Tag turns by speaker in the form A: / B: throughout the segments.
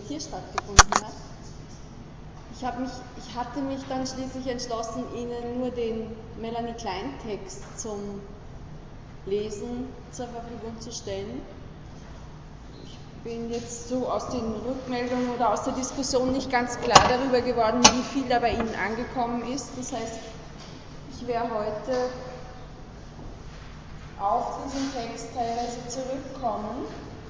A: hier stattgefunden hat. Ich hatte mich dann schließlich entschlossen, Ihnen nur den Melanie Klein-Text zum Lesen zur Verfügung zu stellen. Ich bin jetzt so aus den Rückmeldungen oder aus der Diskussion nicht ganz klar darüber geworden, wie viel da bei Ihnen angekommen ist. Das heißt, ich werde heute auf diesen Text teilweise zurückkommen.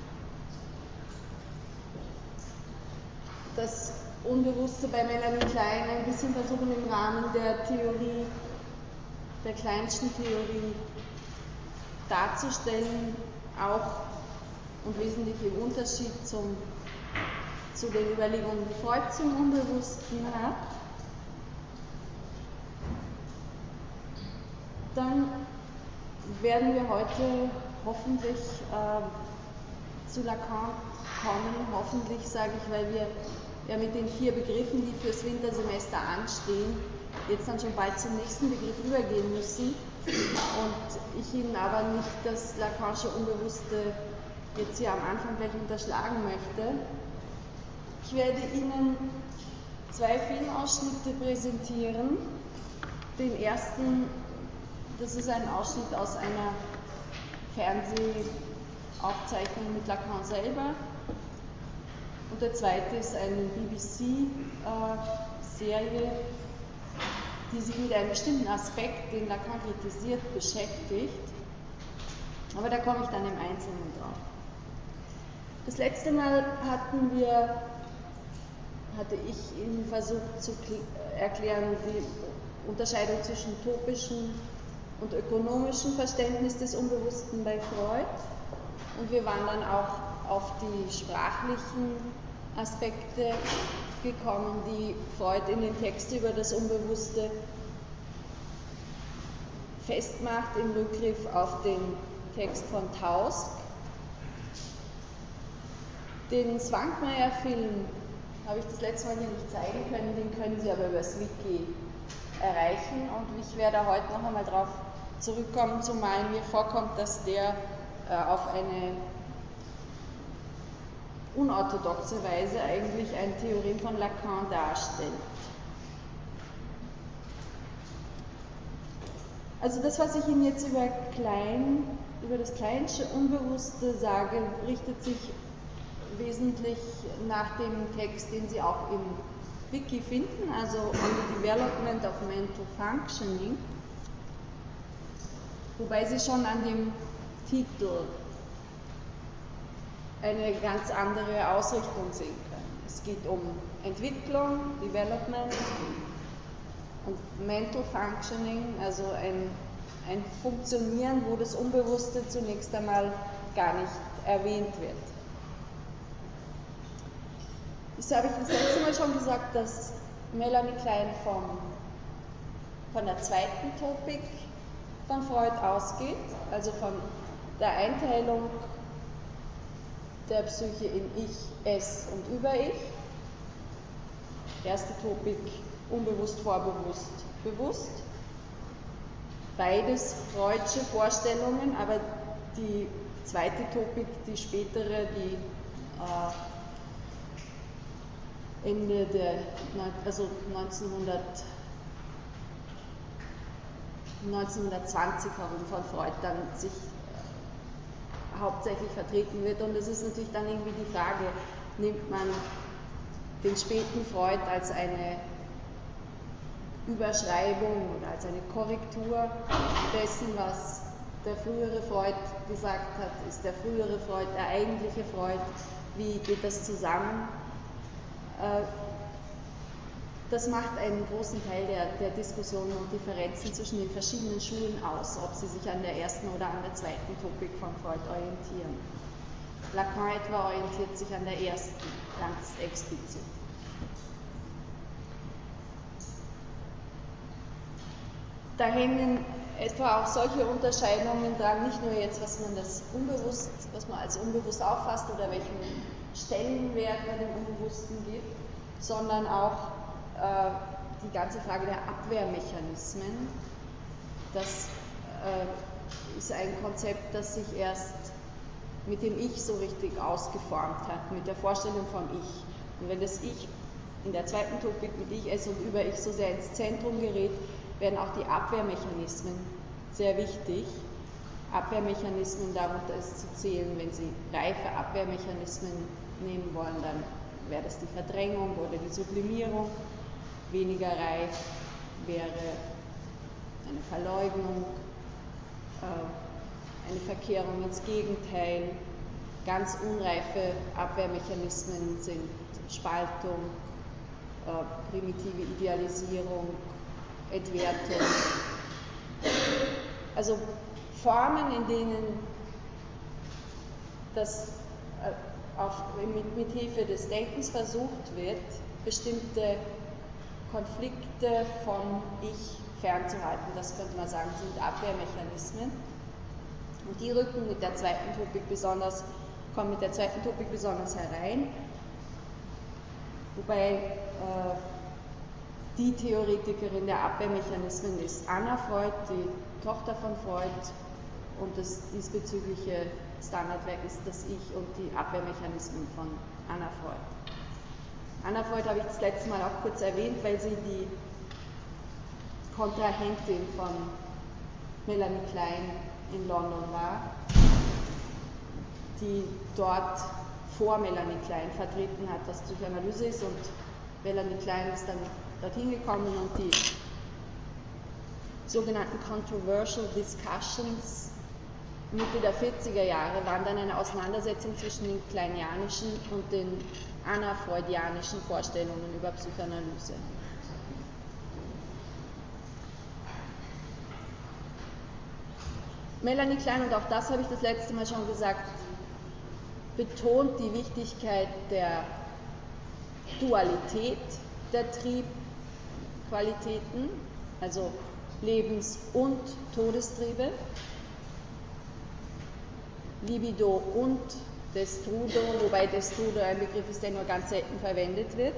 A: Das Unbewusste bei Melanie Klein ein bisschen versuchen im Rahmen der Theorie, der kleinsten Theorie darzustellen, auch und wesentlich im Unterschied zu den Überlegungen, die Freud zum Unbewussten hat. Dann werden wir heute hoffentlich zu Lacan kommen, hoffentlich sage ich, weil wir ja mit den 4 Begriffen, die fürs Wintersemester anstehen, jetzt dann schon bald zum nächsten Begriff übergehen müssen und ich Ihnen aber nicht das Lacanische Unbewusste jetzt hier am Anfang gleich unterschlagen möchte. Ich werde Ihnen 2 Filmausschnitte präsentieren. Den ersten, das ist ein Ausschnitt aus einer Fernsehaufzeichnung mit Lacan selber. Und der zweite ist eine BBC-Serie, die sich mit einem bestimmten Aspekt, den Lacan kritisiert, beschäftigt. Aber da komme ich dann im Einzelnen drauf. Das letzte Mal hatte ich Ihnen versucht zu erklären, die Unterscheidung zwischen topischem und ökonomischem Verständnis des Unbewussten bei Freud. Und wir waren dann auch auf die sprachlichen Aspekte gekommen, die Freud in den Text über das Unbewusste festmacht, im Rückgriff auf den Text von Tausk. Den Swankmajer-Film habe ich das letzte Mal hier nicht zeigen können, den können Sie aber über das Wiki erreichen und ich werde heute noch einmal darauf zurückkommen, zumal mir vorkommt, dass der auf eine unorthodoxe Weise eigentlich ein Theorem von Lacan darstellt. Also das, was ich Ihnen jetzt über das Kleinsche Unbewusste sage, richtet sich wesentlich nach dem Text, den Sie auch im Wiki finden, also On the Development of Mental Functioning, wobei Sie schon an dem Titel eine ganz andere Ausrichtung sehen können. Es geht um Entwicklung, Development und Mental Functioning, also ein Funktionieren, wo das Unbewusste zunächst einmal gar nicht erwähnt wird. Das habe ich das letzte Mal schon gesagt, dass Melanie Klein von der zweiten Topik von Freud ausgeht, also von der Einteilung der Psyche in Ich, Es und Über-Ich. Erste Topik, unbewusst, vorbewusst, bewusst. Beides Freudsche Vorstellungen, aber die zweite Topik, die spätere, die Ende der, also 1920 herum von Freud dann sich hauptsächlich vertreten wird. Und es ist natürlich dann irgendwie die Frage, nimmt man den späten Freud als eine Überschreibung oder als eine Korrektur dessen, was der frühere Freud gesagt hat, ist der frühere Freud der eigentliche Freud, wie geht das zusammen? Das macht einen großen Teil der Diskussionen und Differenzen zwischen den verschiedenen Schulen aus, ob sie sich an der ersten oder an der zweiten Topik von Freud orientieren. Lacan etwa orientiert sich an der ersten, ganz explizit. Da hängen etwa auch solche Unterscheidungen dran, nicht nur jetzt, was man als unbewusst auffasst oder welchen Stellenwert man dem Unbewussten gibt, sondern auch die ganze Frage der Abwehrmechanismen. Das ist ein Konzept, das sich erst mit dem Ich so richtig ausgeformt hat, mit der Vorstellung vom Ich. Und wenn das Ich in der zweiten Topik mit Ich, Es und Über-Ich so sehr ins Zentrum gerät, werden auch die Abwehrmechanismen sehr wichtig. Abwehrmechanismen, darunter ist zu zählen, wenn Sie reife Abwehrmechanismen nehmen wollen, dann wäre das die Verdrängung oder die Sublimierung. Weniger reif wäre eine Verleugnung, eine Verkehrung ins Gegenteil. Ganz unreife Abwehrmechanismen sind Spaltung, primitive Idealisierung, Entwertung. Also Formen, in denen das mit Hilfe des Denkens versucht wird, bestimmte Konflikte vom Ich fernzuhalten. Das könnte man sagen, sind Abwehrmechanismen. Und die rücken mit der zweiten Topik kommen mit der zweiten Topik besonders herein. Wobei die Theoretikerin der Abwehrmechanismen ist Anna Freud, die Tochter von Freud, und das diesbezügliche Standardwerk ist das Ich und die Abwehrmechanismen von Anna Freud. Anna Freud habe ich das letzte Mal auch kurz erwähnt, weil sie die Kontrahentin von Melanie Klein in London war, die dort vor Melanie Klein vertreten hat, was Psychoanalyse ist, und Melanie Klein ist dann dorthin gekommen und die sogenannten Controversial Discussions Mitte der 40er Jahre waren dann eine Auseinandersetzung zwischen den kleinianischen und den anna-freudianischen Vorstellungen über Psychoanalyse. Melanie Klein, und auch das habe ich das letzte Mal schon gesagt, betont die Wichtigkeit der Dualität der Triebqualitäten, also Lebens- und Todestriebe, Libido und Destrudo, wobei Destrudo ein Begriff ist, der nur ganz selten verwendet wird.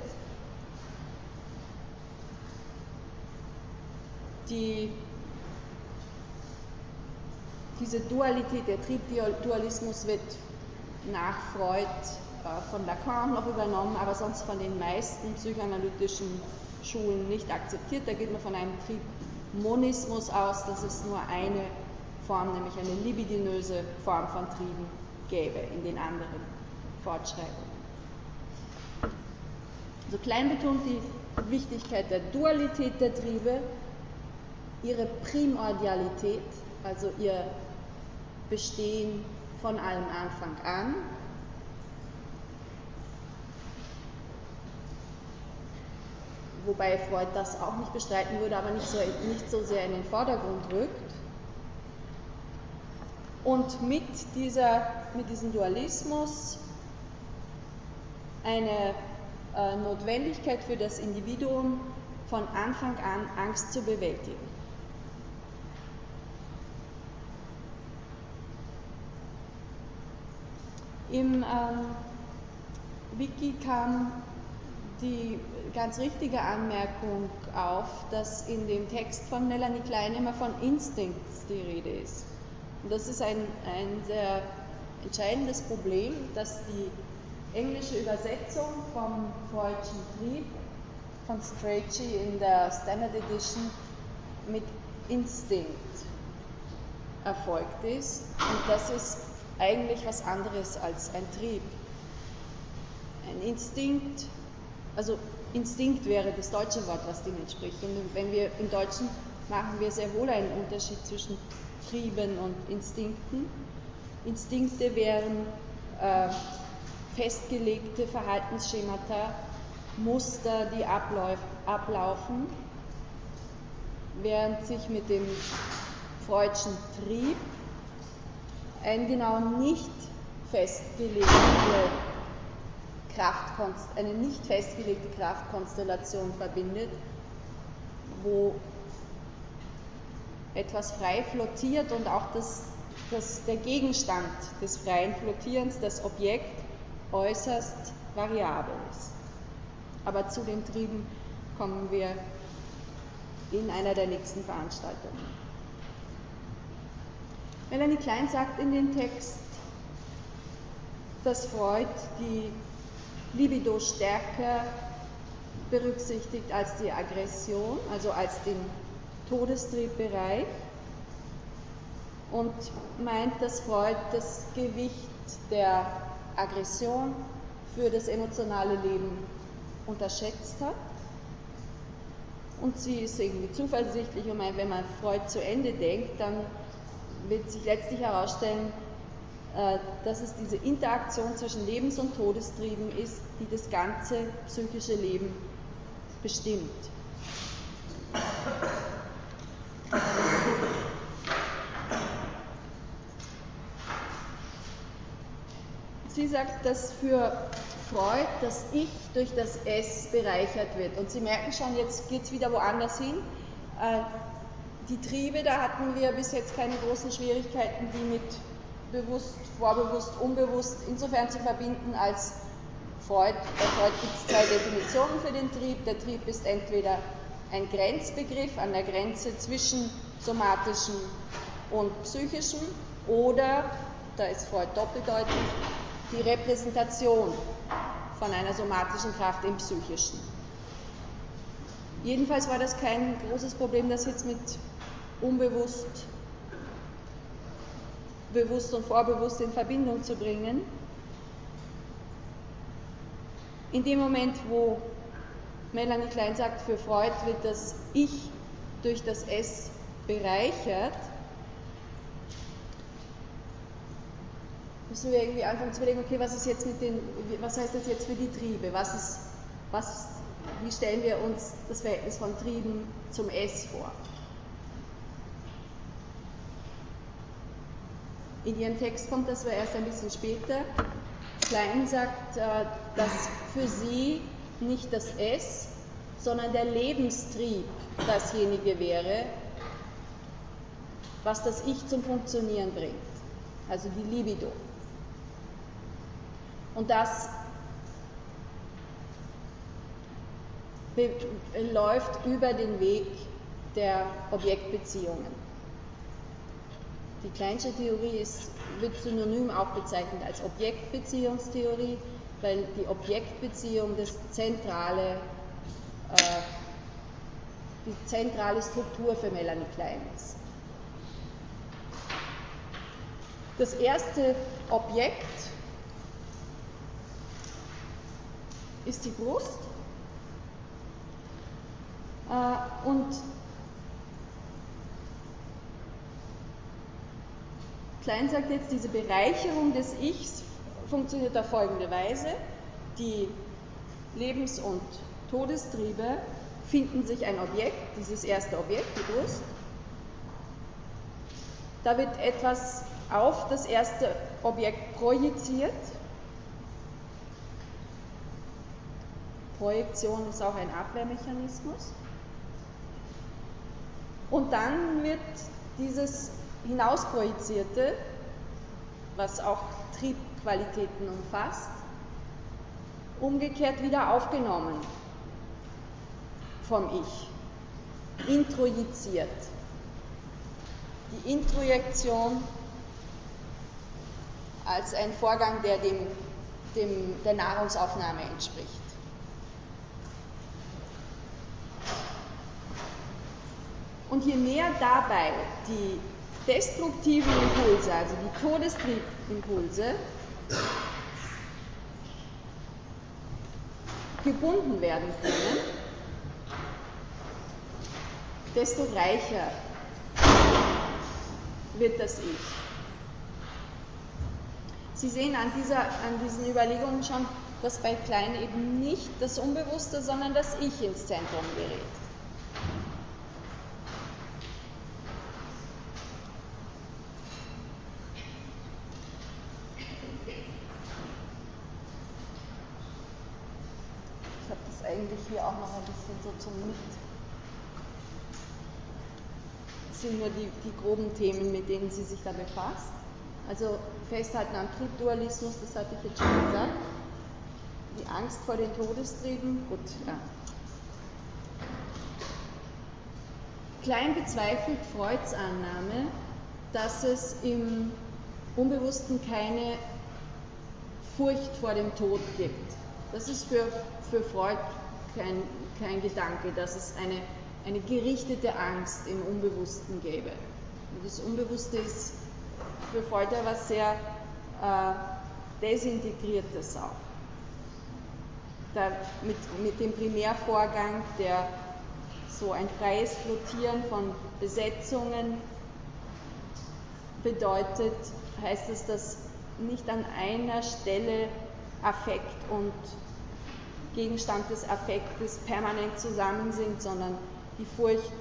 A: Diese Dualität, der Triebdualismus wird nach Freud von Lacan noch übernommen, aber sonst von den meisten psychoanalytischen Schulen nicht akzeptiert. Da geht man von einem Triebmonismus aus, dass es nur eine Form, nämlich eine libidinöse Form von Trieben gäbe in den anderen Fortschreibungen. Also Klein betont die Wichtigkeit der Dualität der Triebe, ihre Primordialität, also ihr Bestehen von allem Anfang an, wobei Freud das auch nicht bestreiten würde, aber nicht so sehr in den Vordergrund rückt. Und mit diesem Dualismus eine Notwendigkeit für das Individuum, von Anfang an Angst zu bewältigen. Im Wiki kam die ganz richtige Anmerkung auf, dass in dem Text von Melanie Klein immer von Instincts die Rede ist. Und das ist ein sehr entscheidendes Problem, dass die englische Übersetzung vom Freudschen Trieb von Strachey in der Standard Edition mit Instinct erfolgt ist. Und das ist eigentlich was anderes als ein Trieb. Ein Instinkt, also Instinkt wäre das deutsche Wort, was dem entspricht. Und wenn wir im Deutschen machen wir sehr wohl einen Unterschied zwischen Trieben und Instinkten. Instinkte wären festgelegte Verhaltensschemata, Muster, die ablaufen, während sich mit dem Freudschen Trieb eine genau nicht festgelegte Kraftkonstellation verbindet, wo etwas frei flottiert und auch der Gegenstand des freien Flottierens, das Objekt, äußerst variabel ist. Aber zu den Trieben kommen wir in einer der nächsten Veranstaltungen. Melanie Klein sagt in dem Text, dass Freud die Libido stärker berücksichtigt als die Aggression, also als den Todestriebbereich, und meint, dass Freud das Gewicht der Aggression für das emotionale Leben unterschätzt hat. Und sie ist irgendwie zuversichtlich und meint, wenn man Freud zu Ende denkt, dann wird sich letztlich herausstellen, dass es diese Interaktion zwischen Lebens- und Todestrieben ist, die das ganze psychische Leben bestimmt. Sie sagt, dass für Freud das Ich durch das Es bereichert wird. Und Sie merken schon, jetzt geht es wieder woanders hin. Die Triebe, da hatten wir bis jetzt keine großen Schwierigkeiten, die mit bewusst, vorbewusst, unbewusst insofern zu verbinden, als bei Freud gibt es zwei Definitionen für den Trieb. Der Trieb ist entweder ein Grenzbegriff an der Grenze zwischen somatischem und psychischem, oder, da ist Freud doppeldeutlich, die Repräsentation von einer somatischen Kraft im Psychischen. Jedenfalls war das kein großes Problem, das jetzt mit unbewusst, bewusst und vorbewusst in Verbindung zu bringen. In dem Moment, wo Melanie Klein sagt, für Freud wird das Ich durch das Es bereichert, müssen wir irgendwie anfangen zu überlegen, okay, was heißt das jetzt für die Triebe? Wie stellen wir uns das Verhältnis von Trieben zum Es vor? In ihrem Text kommt das aber erst ein bisschen später. Klein sagt, dass für sie nicht das Es, sondern der Lebenstrieb dasjenige wäre, was das Ich zum Funktionieren bringt, also die Libido. Und das läuft über den Weg der Objektbeziehungen. Die Kleinsche Theorie wird synonym auch bezeichnet als Objektbeziehungstheorie, weil die Objektbeziehung die zentrale Struktur für Melanie Klein ist. Das erste Objekt ist die Brust, und Klein sagt jetzt, diese Bereicherung des Ichs funktioniert auf folgende Weise. Die Lebens- und Todestriebe finden sich ein Objekt, dieses erste Objekt, die Brust. Da wird etwas auf das erste Objekt projiziert. Projektion ist auch ein Abwehrmechanismus. Und dann wird dieses Hinausprojizierte, was auch Triebqualitäten umfasst, umgekehrt wieder aufgenommen vom Ich, introjiziert. Die Introjektion als ein Vorgang, der der Nahrungsaufnahme entspricht. Und je mehr dabei die destruktiven Impulse, also die Todestrieb'impulse, gebunden werden können, desto reicher wird das Ich. Sie sehen an diesen Überlegungen schon, dass bei Klein eben nicht das Unbewusste, sondern das Ich ins Zentrum gerät. Ich habe das eigentlich hier auch noch ein bisschen so zum Das sind nur die groben Themen, mit denen sie sich da befasst. Also Festhalten am Triebdualismus, das hatte ich jetzt schon gesagt. Die Angst vor den Todestrieben, gut, ja. Klein bezweifelt Freuds Annahme, dass es im Unbewussten keine Furcht vor dem Tod gibt. Das ist für Freud kein Gedanke, dass es eine gerichtete Angst im Unbewussten gäbe. Das Unbewusste ist für Freud ja was sehr Desintegriertes auch. Mit dem Primärvorgang, der so ein freies Flottieren von Besetzungen bedeutet, heißt es, dass nicht an einer Stelle Affekt und Gegenstand des Affektes permanent zusammen sind, sondern die Furcht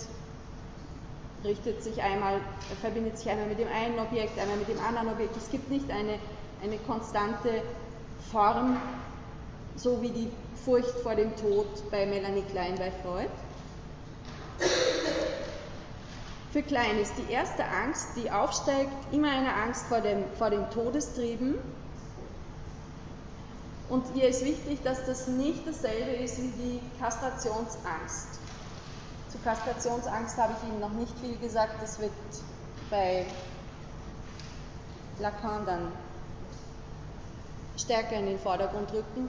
A: verbindet sich einmal mit dem einen Objekt, einmal mit dem anderen Objekt. Es gibt nicht eine konstante Form, so wie die Furcht vor dem Tod bei Melanie Klein bei Freud. Für Klein ist die erste Angst, die aufsteigt, immer eine Angst vor den Todestrieben. Und ihr ist wichtig, dass das nicht dasselbe ist wie die Kastrationsangst. Zu Kastrationsangst habe ich Ihnen noch nicht viel gesagt, das wird bei Lacan dann stärker in den Vordergrund rücken.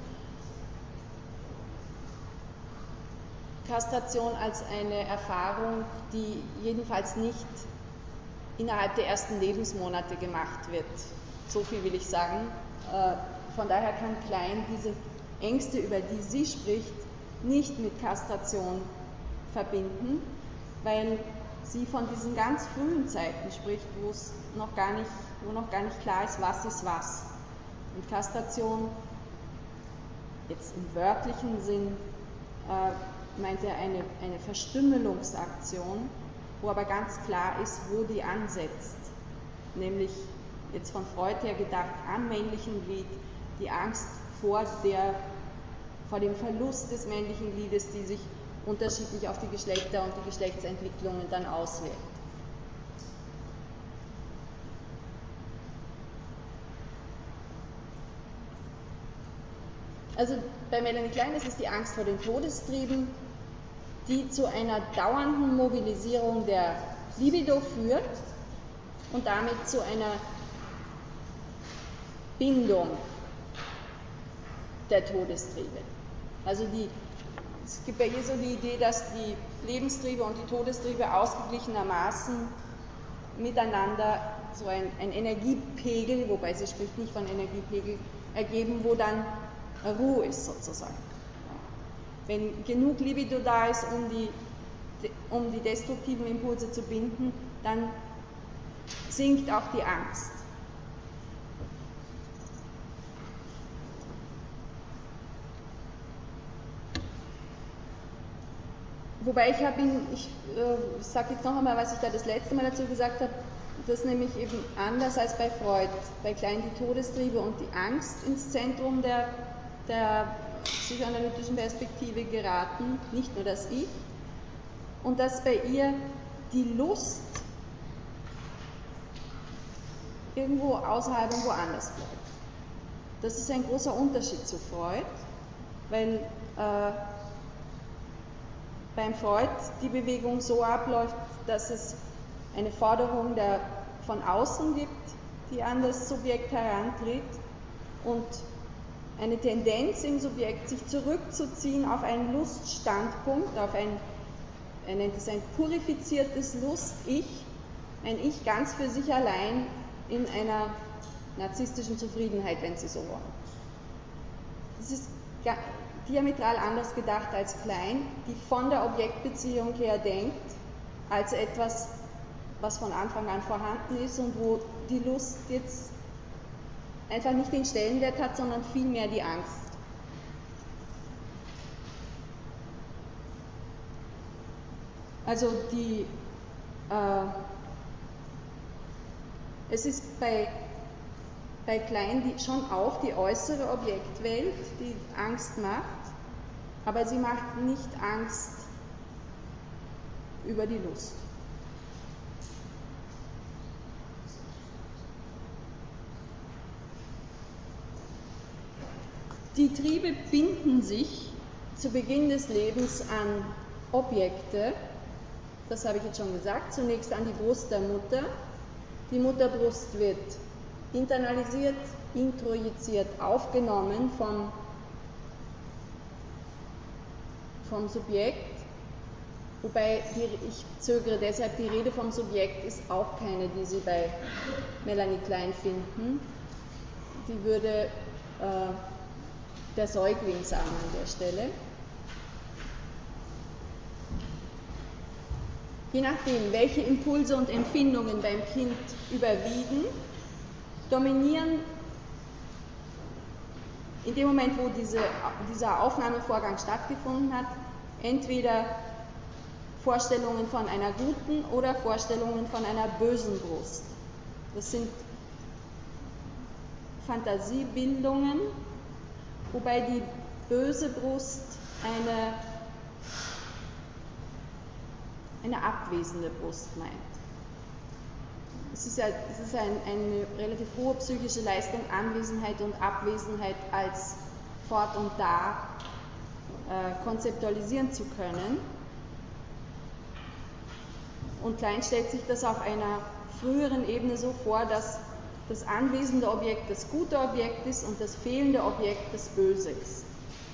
A: Kastration als eine Erfahrung, die jedenfalls nicht innerhalb der ersten Lebensmonate gemacht wird. So viel will ich sagen. Von daher kann Klein diese Ängste, über die sie spricht, nicht mit Kastration verbinden, weil sie von diesen ganz frühen Zeiten spricht, wo noch gar nicht klar ist, was ist was. Und Kastration, jetzt im wörtlichen Sinn, meint er eine Verstümmelungsaktion, wo aber ganz klar ist, wo die ansetzt. Nämlich, jetzt von Freud her gedacht, am männlichen Glied, die Angst vor dem Verlust des männlichen Gliedes, die sich unterschiedlich auf die Geschlechter und die Geschlechtsentwicklungen dann auswirkt. Also bei Melanie Klein ist es die Angst vor den Todestrieben, die zu einer dauernden Mobilisierung der Libido führt und damit zu einer Bindung der Todestriebe. Also es gibt bei ihr so die Idee, dass die Lebenstriebe und die Todestriebe ausgeglichenermaßen miteinander so ein Energiepegel, wobei sie spricht nicht von Energiepegel, ergeben, wo dann Ruhe ist sozusagen. Wenn genug Libido da ist, um die destruktiven Impulse zu binden, dann sinkt auch die Angst. Wobei ich sage jetzt noch einmal, was ich da das letzte Mal dazu gesagt habe, dass nämlich eben anders als bei Freud, bei Klein die Todestriebe und die Angst ins Zentrum der psychoanalytischen Perspektive geraten, nicht nur das Ich, und dass bei ihr die Lust irgendwo außerhalb und woanders bleibt. Das ist ein großer Unterschied zu Freud, weil beim Freud die Bewegung so abläuft, dass es eine Forderung von außen gibt, die an das Subjekt herantritt und eine Tendenz im Subjekt, sich zurückzuziehen auf einen Luststandpunkt, auf er nennt es ein purifiziertes Lust-Ich, ein Ich ganz für sich allein in einer narzisstischen Zufriedenheit, wenn Sie so wollen. Das ist diametral anders gedacht als Klein, die von der Objektbeziehung her denkt, als etwas, was von Anfang an vorhanden ist und wo die Lust jetzt einfach nicht den Stellenwert hat, sondern vielmehr die Angst. Also es ist bei Klein schon auch die äußere Objektwelt, die Angst macht, aber sie macht nicht Angst über die Lust. Die Triebe binden sich zu Beginn des Lebens an Objekte, das habe ich jetzt schon gesagt, zunächst an die Brust der Mutter. Die Mutterbrust wird internalisiert, introjiziert, aufgenommen vom vom Subjekt, wobei ich zögere deshalb, die Rede vom Subjekt ist auch keine, die Sie bei Melanie Klein finden. Die würde der Säugling sagen an der Stelle. Je nachdem, welche Impulse und Empfindungen beim Kind überwiegen, dominieren in dem Moment, wo dieser Aufnahmevorgang stattgefunden hat, entweder Vorstellungen von einer guten oder Vorstellungen von einer bösen Brust. Das sind Fantasiebildungen, wobei die böse Brust eine abwesende Brust meint. Es ist eine relativ hohe psychische Leistung, Anwesenheit und Abwesenheit als fort und da konzeptualisieren zu können. Und Klein stellt sich das auf einer früheren Ebene so vor, dass das anwesende Objekt das gute Objekt ist und das fehlende Objekt das Böse ist.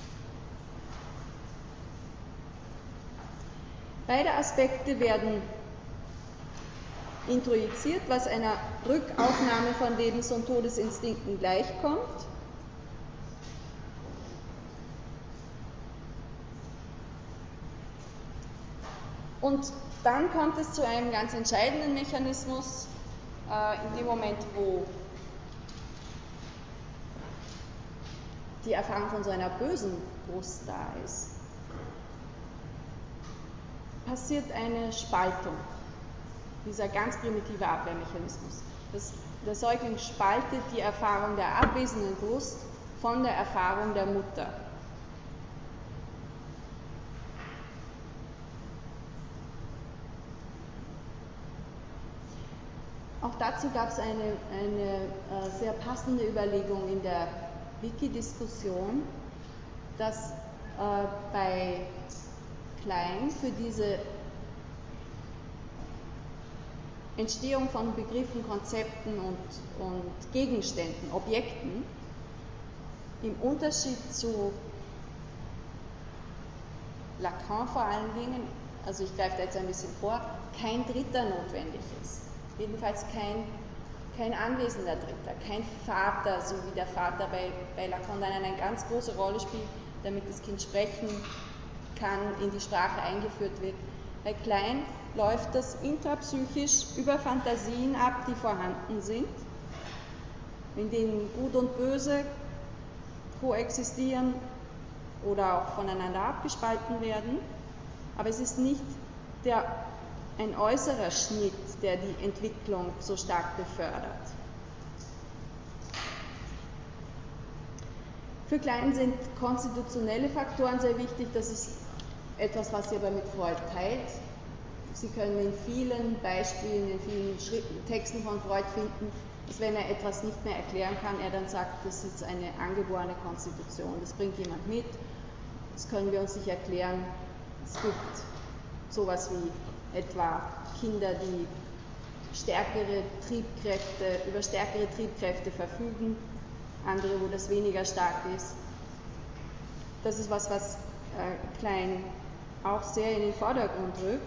A: Beide Aspekte werden introjiziert, was einer Rückaufnahme von Lebens- und Todesinstinkten gleichkommt. Und dann kommt es zu einem ganz entscheidenden Mechanismus, in dem Moment, wo die Erfahrung von so einer bösen Brust da ist, passiert eine Spaltung, dieser ganz primitive Abwehrmechanismus. Der Säugling spaltet die Erfahrung der abwesenden Brust von der Erfahrung der Mutter. Auch dazu gab es eine sehr passende Überlegung in der Wiki-Diskussion, dass bei Klein für diese Entstehung von Begriffen, Konzepten und Gegenständen, Objekten, im Unterschied zu Lacan vor allen Dingen, also ich greife da jetzt ein bisschen vor, kein Dritter notwendig ist. Jedenfalls kein anwesender Dritter, kein Vater, so wie der Vater bei Lacan dann eine ganz große Rolle spielt, damit das Kind sprechen kann, in die Sprache eingeführt wird. Bei Klein läuft das intrapsychisch über Fantasien ab, die vorhanden sind, in denen Gut und Böse koexistieren oder auch voneinander abgespalten werden, aber es ist nicht ein äußerer Schnitt, der die Entwicklung so stark befördert. Für Klein sind konstitutionelle Faktoren sehr wichtig, das ist etwas, was Sie aber mit Freud teilt. Sie können in vielen Beispielen, in vielen Texten von Freud finden, dass wenn er etwas nicht mehr erklären kann, er dann sagt, das ist eine angeborene Konstitution, das bringt jemand mit, das können wir uns nicht erklären. Es gibt sowas wie etwa Kinder, die über stärkere Triebkräfte verfügen, andere, wo das weniger stark ist. Das ist was Klein auch sehr in den Vordergrund rückt.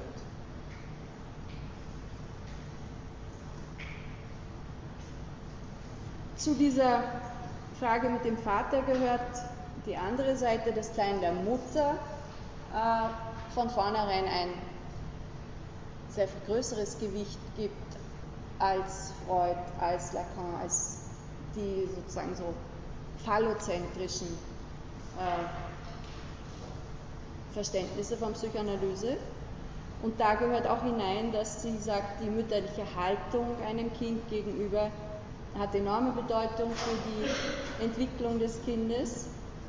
A: Zu dieser Frage mit dem Vater gehört die andere Seite, dass Klein der Mutter von vornherein ein sehr viel größeres Gewicht gibt als Freud, als Lacan, als die sozusagen so phallozentrischen Verständnisse von Psychoanalyse. Und da gehört auch hinein, dass sie sagt, die mütterliche Haltung einem Kind gegenüber hat enorme Bedeutung für die Entwicklung des Kindes,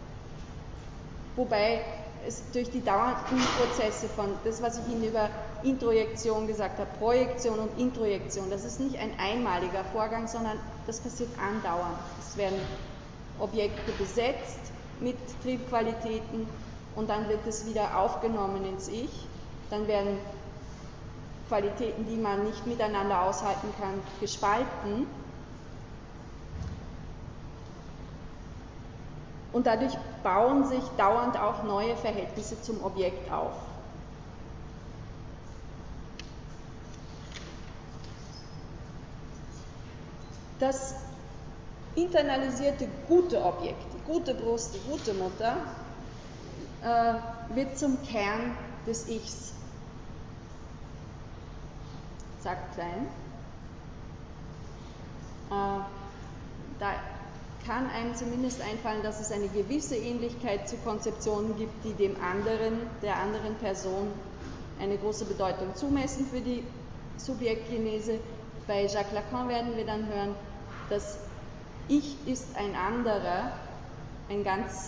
A: wobei es durch die dauernden Prozesse von das, was ich Ihnen über Introjektion gesagt habe, Projektion und Introjektion, das ist nicht ein einmaliger Vorgang, sondern das passiert andauernd. Es werden Objekte besetzt mit Triebqualitäten und dann wird es wieder aufgenommen ins Ich, dann werden Qualitäten, die man nicht miteinander aushalten kann, gespalten. Und dadurch bauen sich dauernd auch neue Verhältnisse zum Objekt auf. Das internalisierte gute Objekt, die gute Brust, die gute Mutter, wird zum Kern des Ichs, sagt Klein. Da kann einem zumindest einfallen, dass es eine gewisse Ähnlichkeit zu Konzeptionen gibt, die dem anderen, der anderen Person eine große Bedeutung zumessen für die Subjektgenese. Bei Jacques Lacan werden wir dann hören, das Ich ist ein anderer eine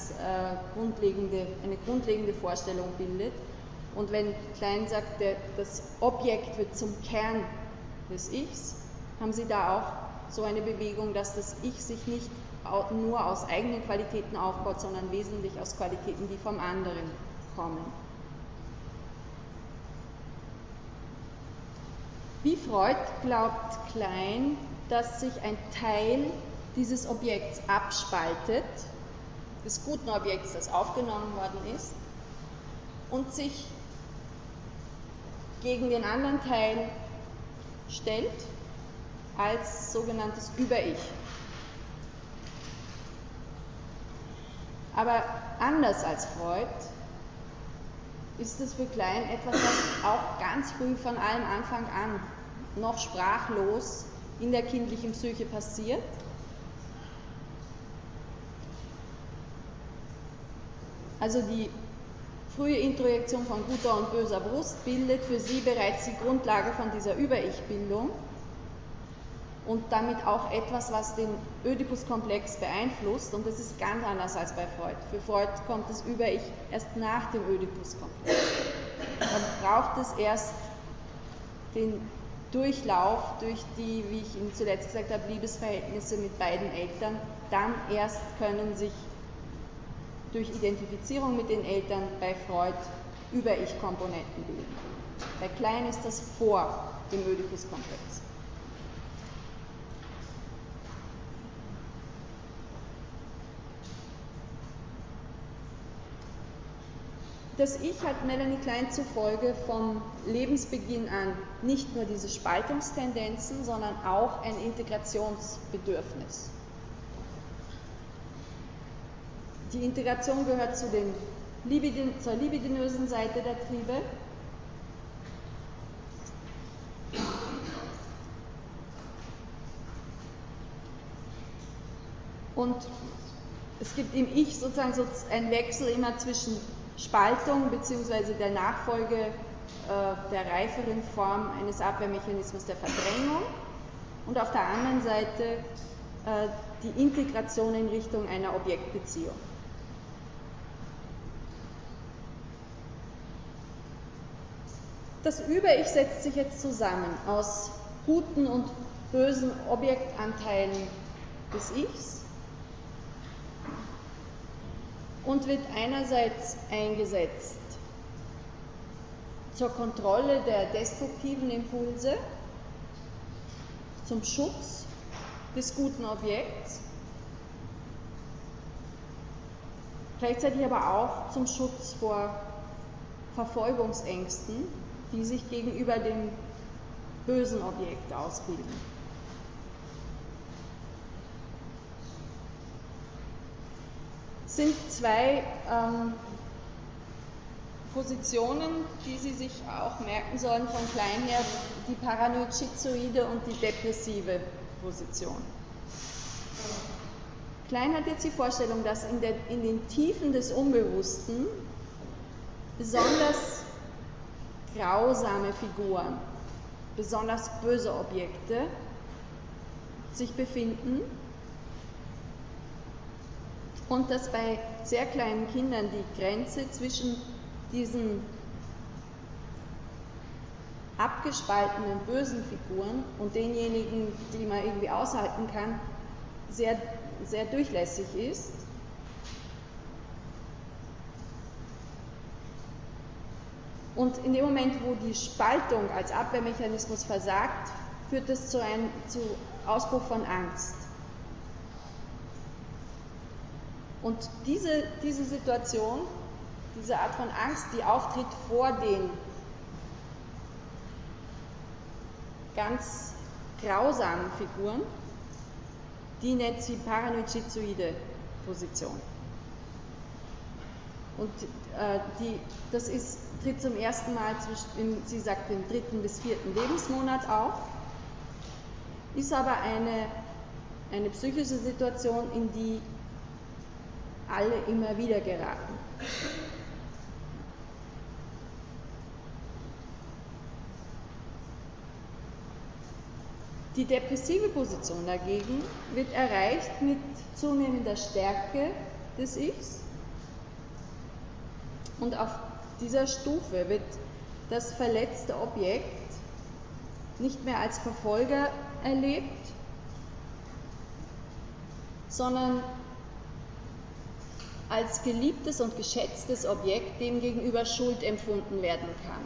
A: grundlegende Vorstellung bildet. Und wenn Klein sagt, das Objekt wird zum Kern des Ichs, haben Sie da auch so eine Bewegung, dass das Ich sich nicht nur aus eigenen Qualitäten aufbaut, sondern wesentlich aus Qualitäten, die vom anderen kommen. Wie Freud glaubt Klein, dass sich ein Teil dieses Objekts abspaltet, des guten Objekts, das aufgenommen worden ist, und sich gegen den anderen Teil stellt als sogenanntes Über-Ich. Aber anders als Freud ist es für Klein etwas, was auch ganz früh von allem Anfang an noch sprachlos in der kindlichen Psyche passiert. Also die frühe Introjektion von guter und böser Brust bildet für sie bereits die Grundlage von dieser Über-Ich-Bildung und damit auch etwas, was den Ödipus-Komplex beeinflusst, und das ist ganz anders als bei Freud. Für Freud kommt das Über-Ich erst nach dem Ödipus-Komplex. Dann braucht es erst den Durchlauf durch die, wie ich Ihnen zuletzt gesagt habe, Liebesverhältnisse mit beiden Eltern. Dann erst können sich durch Identifizierung mit den Eltern bei Freud Über-Ich-Komponenten bilden. Bei Klein ist das vor dem Ödipus-Komplex. Das Ich hat Melanie Klein zufolge vom Lebensbeginn an nicht nur diese Spaltungstendenzen, sondern auch ein Integrationsbedürfnis. Die Integration gehört zur libidinösen Seite der Triebe. Und es gibt im Ich sozusagen einen Wechsel immer zwischen Spaltung bzw. der Nachfolge der reiferen Form eines Abwehrmechanismus der Verdrängung und auf der anderen Seite die Integration in Richtung einer Objektbeziehung. Das Über-Ich setzt sich jetzt zusammen aus guten und bösen Objektanteilen des Ichs und wird einerseits eingesetzt zur Kontrolle der destruktiven Impulse, zum Schutz des guten Objekts, gleichzeitig aber auch zum Schutz vor Verfolgungsängsten, die sich gegenüber dem bösen Objekt ausbilden. Es sind zwei Positionen, die Sie sich auch merken sollen von Klein her, die paranoid-schizoide und die depressive Position. Klein hat jetzt die Vorstellung, dass in den Tiefen des Unbewussten besonders grausame Figuren, besonders böse Objekte sich befinden und dass bei sehr kleinen Kindern die Grenze zwischen diesen abgespaltenen bösen Figuren und denjenigen, die man irgendwie aushalten kann, sehr, sehr durchlässig ist. Und in dem Moment, wo die Spaltung als Abwehrmechanismus versagt, führt es zu Ausbruch von Angst. Und diese Situation, diese Art von Angst, die auftritt vor den ganz grausamen Figuren, die nennt sie paranoid-schizoide Position. Und das tritt zum ersten Mal sie sagt, im 3. bis 4. Lebensmonat auf, ist aber eine psychische Situation, in die alle immer wieder geraten. Die depressive Position dagegen wird erreicht mit zunehmender Stärke des Ichs, und auf dieser Stufe wird das verletzte Objekt nicht mehr als Verfolger erlebt, sondern als geliebtes und geschätztes Objekt, dem gegenüber Schuld empfunden werden kann.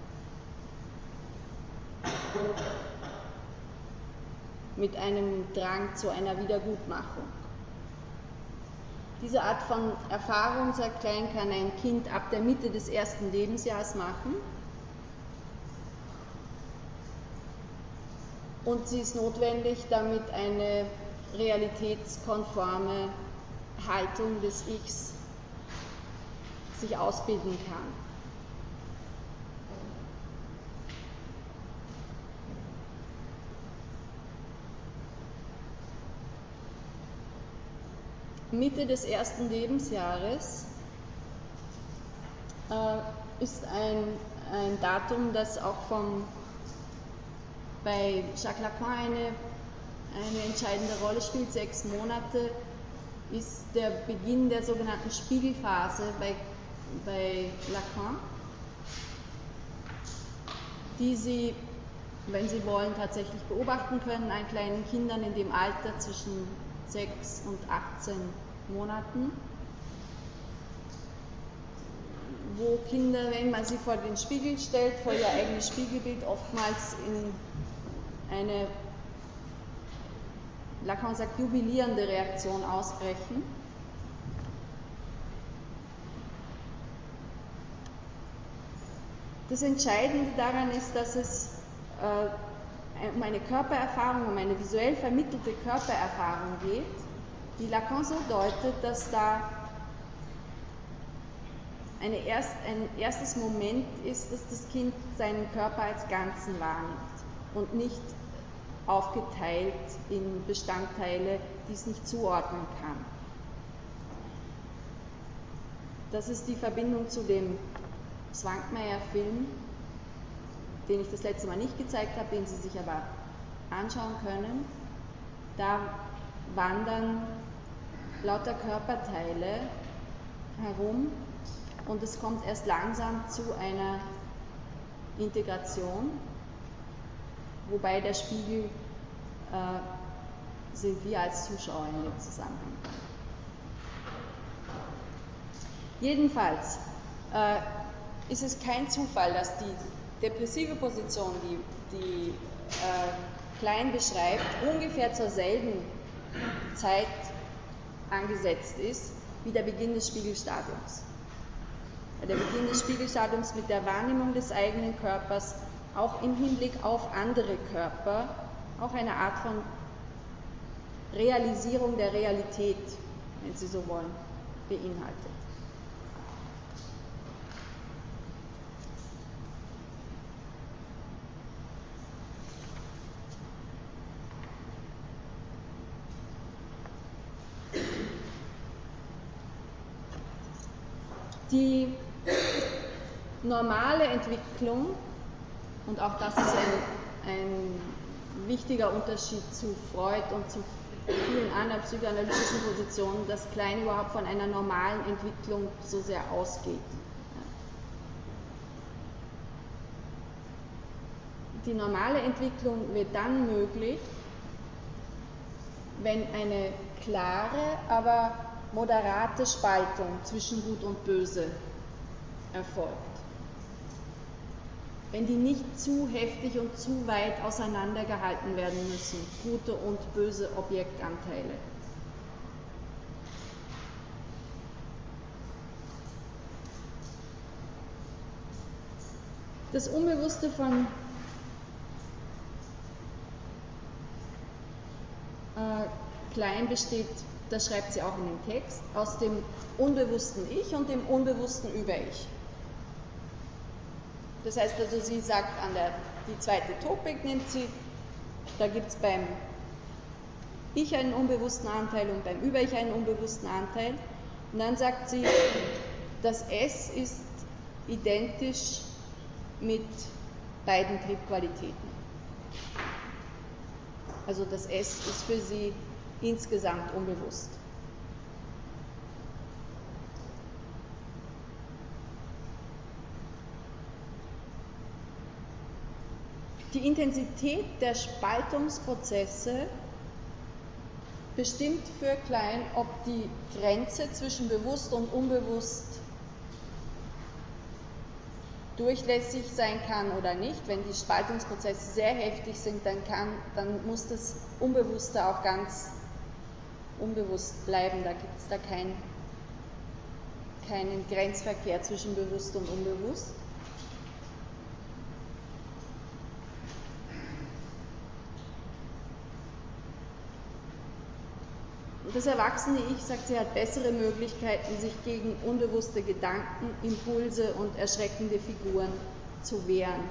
A: Mit einem Drang zu einer Wiedergutmachung. Diese Art von Erfahrung, sagt Klein, kann ein Kind ab der Mitte des 1. Lebensjahres machen. Und sie ist notwendig, damit eine realitätskonforme Haltung des Ichs sich ausbilden kann. Mitte des 1. Lebensjahres ist ein Datum, das auch bei Jacques Lacan eine entscheidende Rolle spielt. 6 Monate ist der Beginn der sogenannten Spiegelphase bei Lacan, die Sie, wenn Sie wollen, tatsächlich beobachten können an kleinen Kindern in dem Alter zwischen 6 und 18 Monaten, wo Kinder, wenn man sie vor den Spiegel stellt, vor ihr eigenes Spiegelbild, oftmals in eine, Lacan sagt, jubilierende Reaktion ausbrechen. Das Entscheidende daran ist, dass es um eine Körpererfahrung, um eine visuell vermittelte Körpererfahrung geht, die Lacan so deutet, dass da ein erstes Moment ist, dass das Kind seinen Körper als Ganzen wahrnimmt und nicht aufgeteilt in Bestandteile, die es nicht zuordnen kann. Das ist die Verbindung zu dem Swankmajer-Film, den ich das letzte Mal nicht gezeigt habe, den Sie sich aber anschauen können. Da wandern lauter Körperteile herum und es kommt erst langsam zu einer Integration, wobei der Spiegel sind wir als Zuschauer in dem Zusammenhang. Jedenfalls ist es kein Zufall, dass die depressive Position, die Klein beschreibt, ungefähr zur selben Zeit angesetzt ist wie der Beginn des Spiegelstadiums. Der Beginn des Spiegelstadiums mit der Wahrnehmung des eigenen Körpers, auch im Hinblick auf andere Körper, auch eine Art von Realisierung der Realität, wenn Sie so wollen, beinhaltet. Die normale Entwicklung, und auch das ist ein wichtiger Unterschied zu Freud und zu vielen anderen psychoanalytischen Positionen, dass Klein überhaupt von einer normalen Entwicklung so sehr ausgeht. Die normale Entwicklung wird dann möglich, wenn eine klare, aber moderate Spaltung zwischen Gut und Böse erfolgt. Wenn die nicht zu heftig und zu weit auseinandergehalten werden müssen, gute und böse Objektanteile. Das Unbewusste von Klein besteht, das schreibt sie auch in dem Text, aus dem unbewussten Ich und dem unbewussten Über-Ich. Das heißt also, sie sagt, die zweite Topik nimmt sie, da gibt es beim Ich einen unbewussten Anteil und beim Über-Ich einen unbewussten Anteil. Und dann sagt sie, das S ist identisch mit beiden Triebqualitäten. Also das S ist für sie insgesamt unbewusst. Die Intensität der Spaltungsprozesse bestimmt für Klein, ob die Grenze zwischen bewusst und unbewusst durchlässig sein kann oder nicht. Wenn die Spaltungsprozesse sehr heftig sind, dann muss das Unbewusste auch ganz unbewusst bleiben. Da gibt es da keinen Grenzverkehr zwischen bewusst und unbewusst. Das erwachsene Ich, sagt sie, hat bessere Möglichkeiten, sich gegen unbewusste Gedanken, Impulse und erschreckende Figuren zu wehren.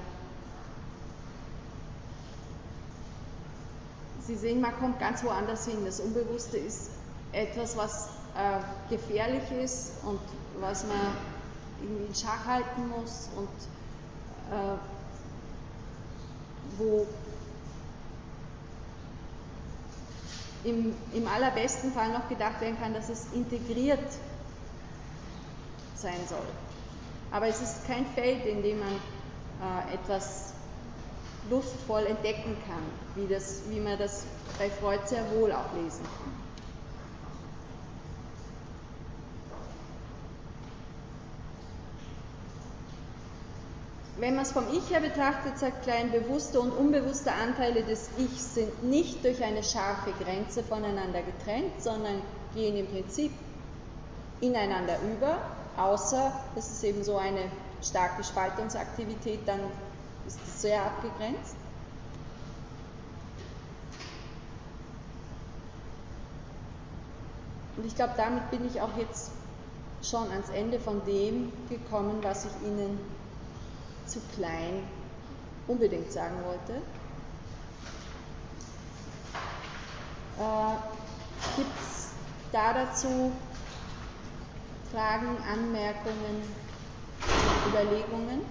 A: Sie sehen, man kommt ganz woanders hin. Das Unbewusste ist etwas, was gefährlich ist und was man irgendwie in Schach halten muss und wo im allerbesten Fall noch gedacht werden kann, dass es integriert sein soll. Aber es ist kein Feld, in dem man etwas lustvoll entdecken kann, wie man das bei Freud sehr wohl auch lesen kann. Wenn man es vom Ich her betrachtet, sagt Klein, bewusste und unbewusste Anteile des Ichs sind nicht durch eine scharfe Grenze voneinander getrennt, sondern gehen im Prinzip ineinander über, außer es ist eben so eine starke Spaltungsaktivität, dann ist es sehr abgegrenzt. Und ich glaube, damit bin ich auch jetzt schon ans Ende von dem gekommen, was ich Ihnen zu Klein unbedingt sagen wollte. Gibt es da dazu Fragen, Anmerkungen, Überlegungen?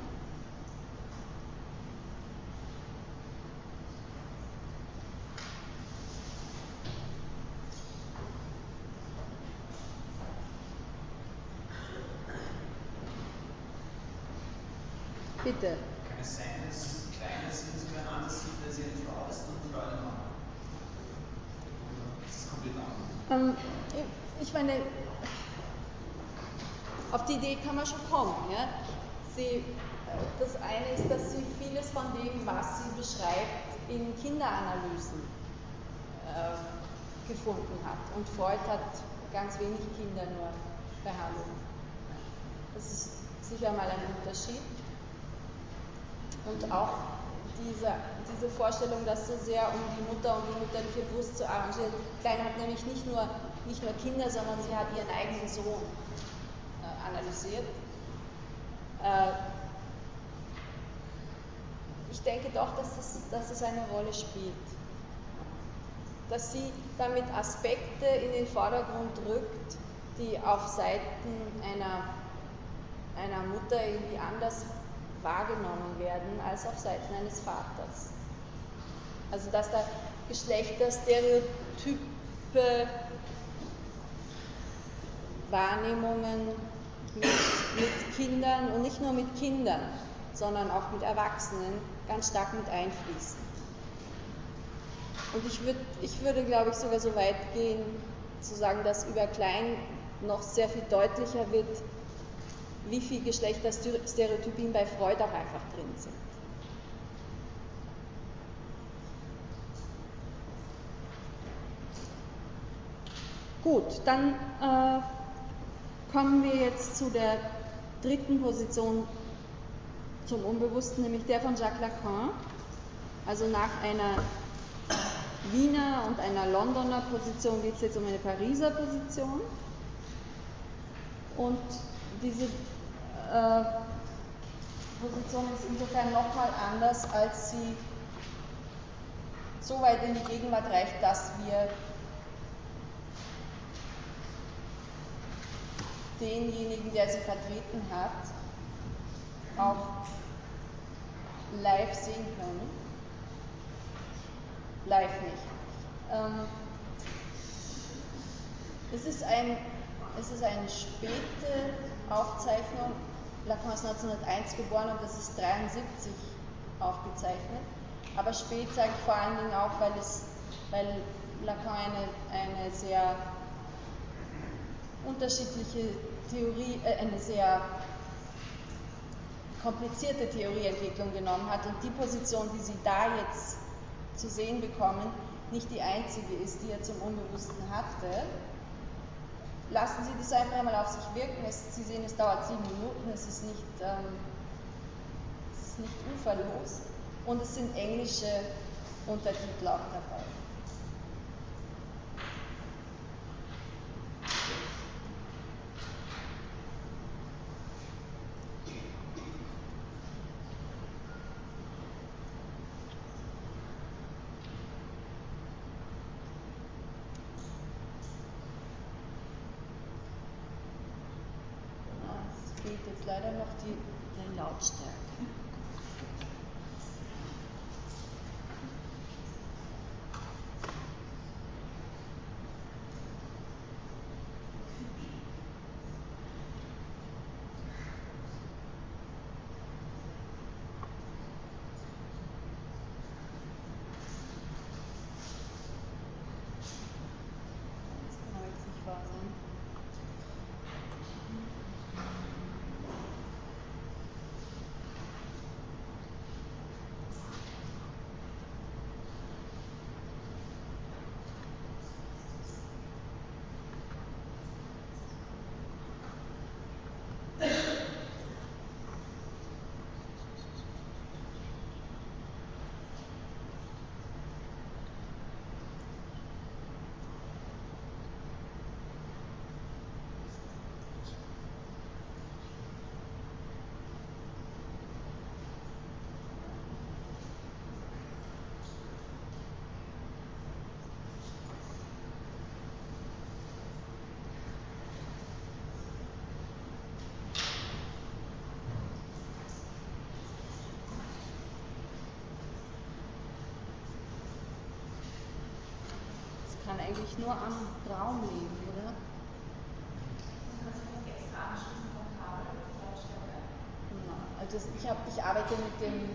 A: Bitte.
B: Kann es sein, dass Kleines insofern anders sieht, dass sie eine Frau ist und Frau einen Mann? Das ist komplett anders.
A: Ich meine, auf die Idee kann man schon kommen. Ja? Das eine ist, dass sie vieles von dem, was sie beschreibt, in Kinderanalysen gefunden hat. Und Freud hat ganz wenig Kinder nur behandelt. Das ist sicher mal ein Unterschied. Und auch diese Vorstellung, dass so sehr um die Mutter und die mütterliche Brust zu arrangieren. Klein hat nämlich nicht nur Kinder, sondern sie hat ihren eigenen Sohn analysiert. Ich denke doch, dass es eine Rolle spielt. Dass sie damit Aspekte in den Vordergrund rückt, die auf Seiten einer Mutter irgendwie anders wahrgenommen werden als auf Seiten eines Vaters. Also dass da Geschlechterstereotype Wahrnehmungen mit Kindern und nicht nur mit Kindern, sondern auch mit Erwachsenen ganz stark mit einfließen. Und ich würde, glaube ich, sogar so weit gehen, zu sagen, dass über Klein noch sehr viel deutlicher wird, wie viel Geschlechterstereotypien bei Freud auch einfach drin sind. Gut, dann kommen wir jetzt zu der dritten Position, zum Unbewussten, nämlich der von Jacques Lacan. Also nach einer Wiener und einer Londoner Position geht es jetzt um eine Pariser Position. Und diese Position ist insofern nochmal anders, als sie so weit in die Gegenwart reicht, dass wir denjenigen, der sie vertreten hat, auch live sehen können. Live nicht. Es ist eine späte Aufzeichnung. Lacan ist 1901 geboren und das ist 1973 aufgezeichnet. Aber spät sage ich vor allen Dingen auch, weil Lacan eine sehr unterschiedliche Theorie, eine sehr komplizierte Theorieentwicklung genommen hat und die Position, die Sie da jetzt zu sehen bekommen, nicht die einzige ist, die er zum Unbewussten hatte. Lassen Sie das einfach einmal auf sich wirken. Sie sehen, es dauert 7 Minuten, es ist nicht uferlos und es sind englische Untertitel auch dabei. Es fehlt jetzt leider noch die Lautstärke. Kann eigentlich nur am Traum leben, oder? Also ich arbeite mit dem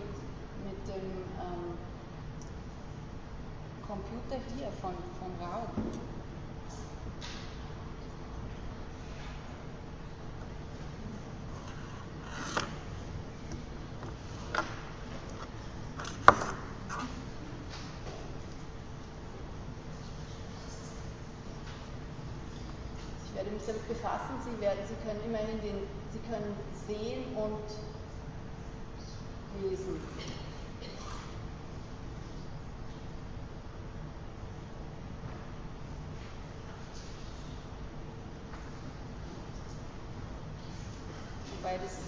A: Computer hier von Raum. Ich werde mich damit befassen. Sie können immerhin Sie können sehen und lesen. Wobei das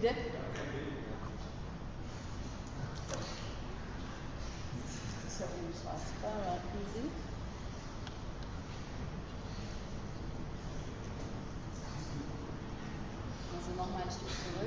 A: Bitte? Das ist unfassbar, warten Sie. Also nochmal ein Stück zurück.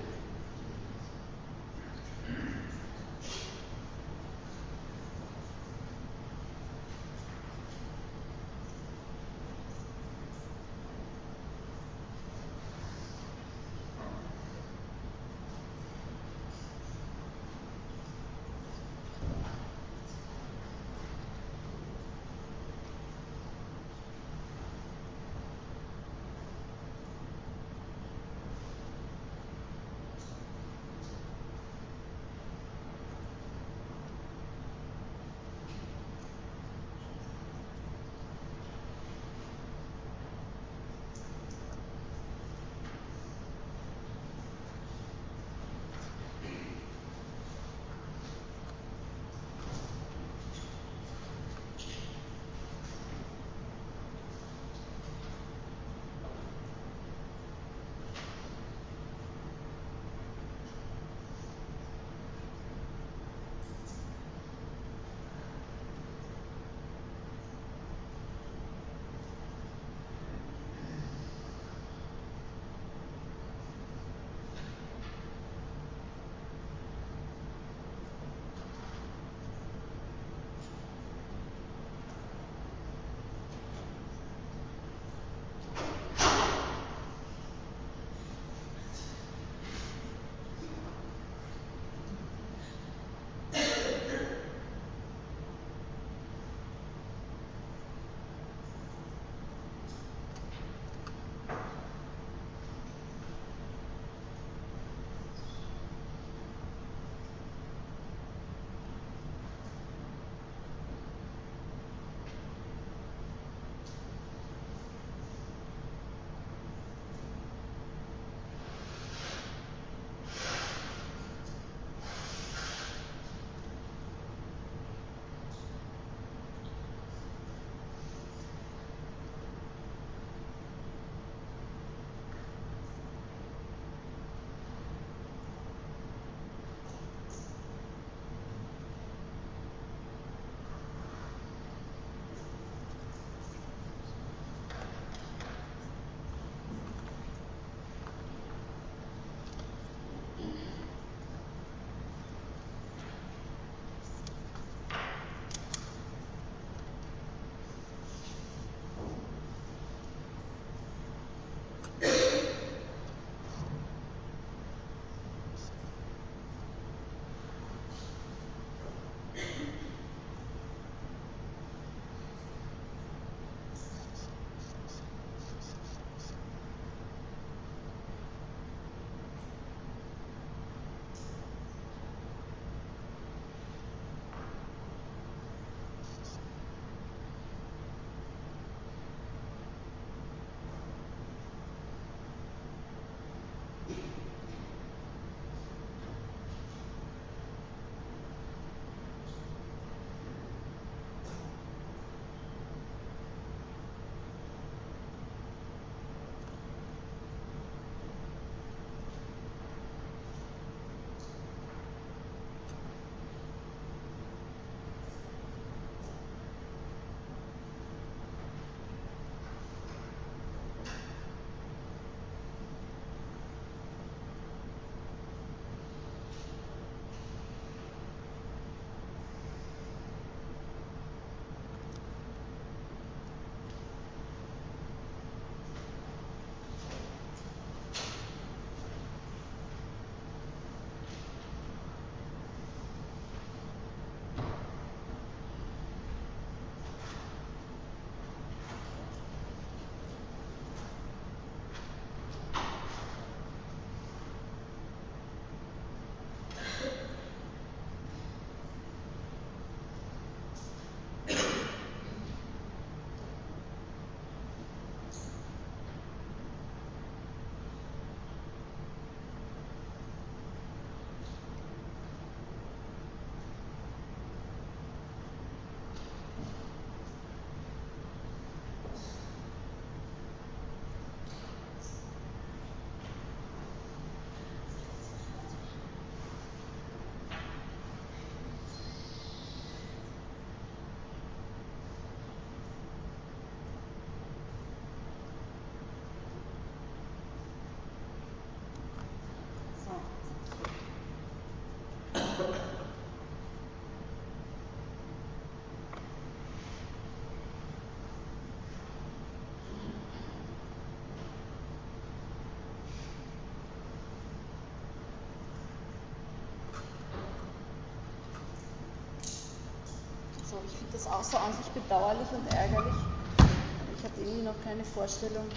A: Ich finde das außerordentlich bedauerlich und ärgerlich. Ich habe irgendwie noch keine Vorstellung,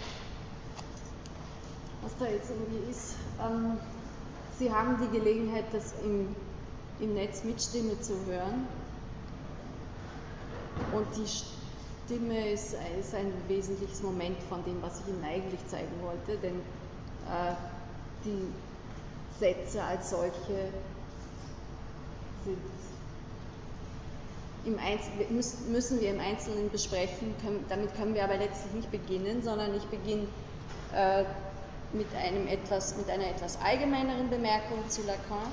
A: was da jetzt irgendwie ist. Sie haben die Gelegenheit, das im Netz mit Stimme zu hören. Und die Stimme ist ein wesentliches Moment von dem, was ich Ihnen eigentlich zeigen wollte, denn die Sätze als solche sind müssen wir im Einzelnen besprechen, damit können wir aber letztlich nicht beginnen, sondern ich beginne mit einer etwas allgemeineren Bemerkung zu Lacan.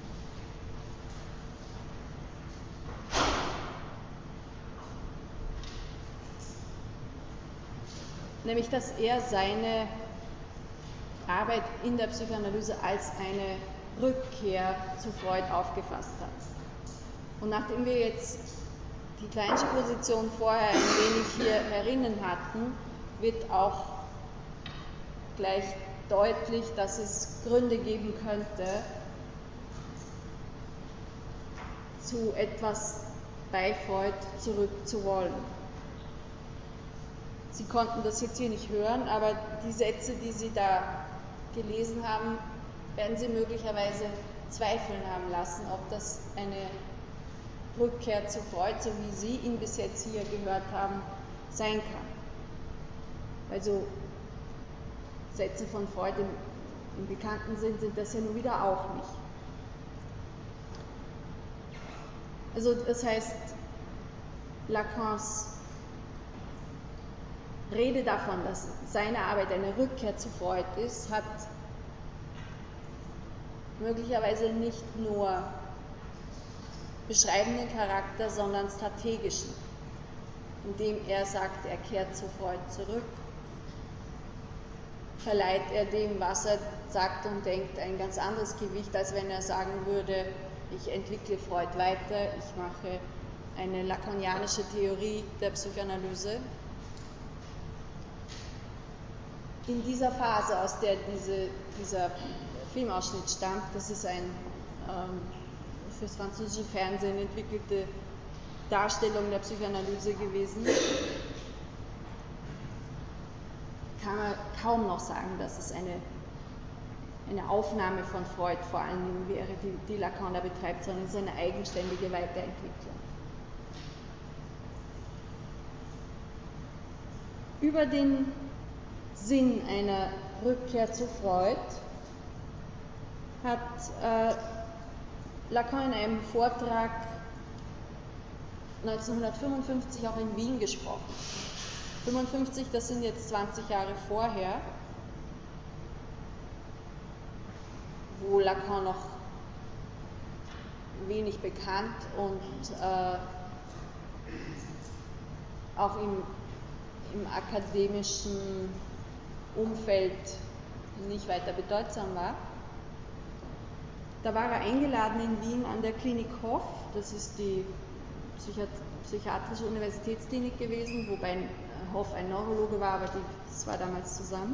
A: Nämlich, dass er seine Arbeit in der Psychoanalyse als eine Rückkehr zu Freud aufgefasst hat. Und nachdem wir jetzt die Kleinsche Position vorher ein wenig hier herinnen hatten, wird auch gleich deutlich, dass es Gründe geben könnte, zu etwas bei Freud zurückzuwollen. Sie konnten das jetzt hier nicht hören, aber die Sätze, die Sie da gelesen haben, werden Sie möglicherweise zweifeln haben lassen, ob das eine Rückkehr zu Freud, so wie Sie ihn bis jetzt hier gehört haben, sein kann. Also Sätze von Freud im bekannten Sinn sind das ja nun wieder auch nicht. Also das heißt, Lacans Rede davon, dass seine Arbeit eine Rückkehr zu Freud ist, hat möglicherweise nicht nur beschreibenden Charakter, sondern strategischen, indem er sagt, er kehrt zu Freud zurück, verleiht er dem, was er sagt und denkt, ein ganz anderes Gewicht, als wenn er sagen würde, ich entwickle Freud weiter, ich mache eine lacanianische Theorie der Psychoanalyse. In dieser Phase, aus der dieser Filmausschnitt stammt, das ist ein fürs französische Fernsehen entwickelte Darstellung der Psychoanalyse gewesen, kann man kaum noch sagen, dass es eine Aufnahme von Freud vor allem wäre, die Lacan da betreibt, sondern es ist eine eigenständige Weiterentwicklung. Über den Sinn einer Rückkehr zu Freud hat Lacan in einem Vortrag 1955 auch in Wien gesprochen. 55, das sind jetzt 20 Jahre vorher, wo Lacan noch wenig bekannt und auch im akademischen Umfeld nicht weiter bedeutsam war. Da war er eingeladen in Wien an der Klinik Hoff, das ist die psychiatrische Universitätsklinik gewesen, wobei Hoff ein Neurologe war, aber das war damals zusammen.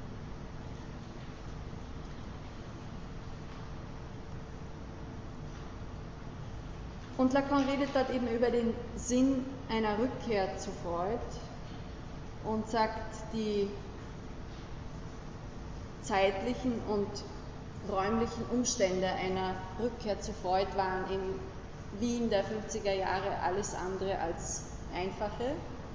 A: Und Lacan redet dort eben über den Sinn einer Rückkehr zu Freud und sagt, die zeitlichen und räumlichen Umstände einer Rückkehr zu Freud waren in Wien der 50er Jahre alles andere als einfache.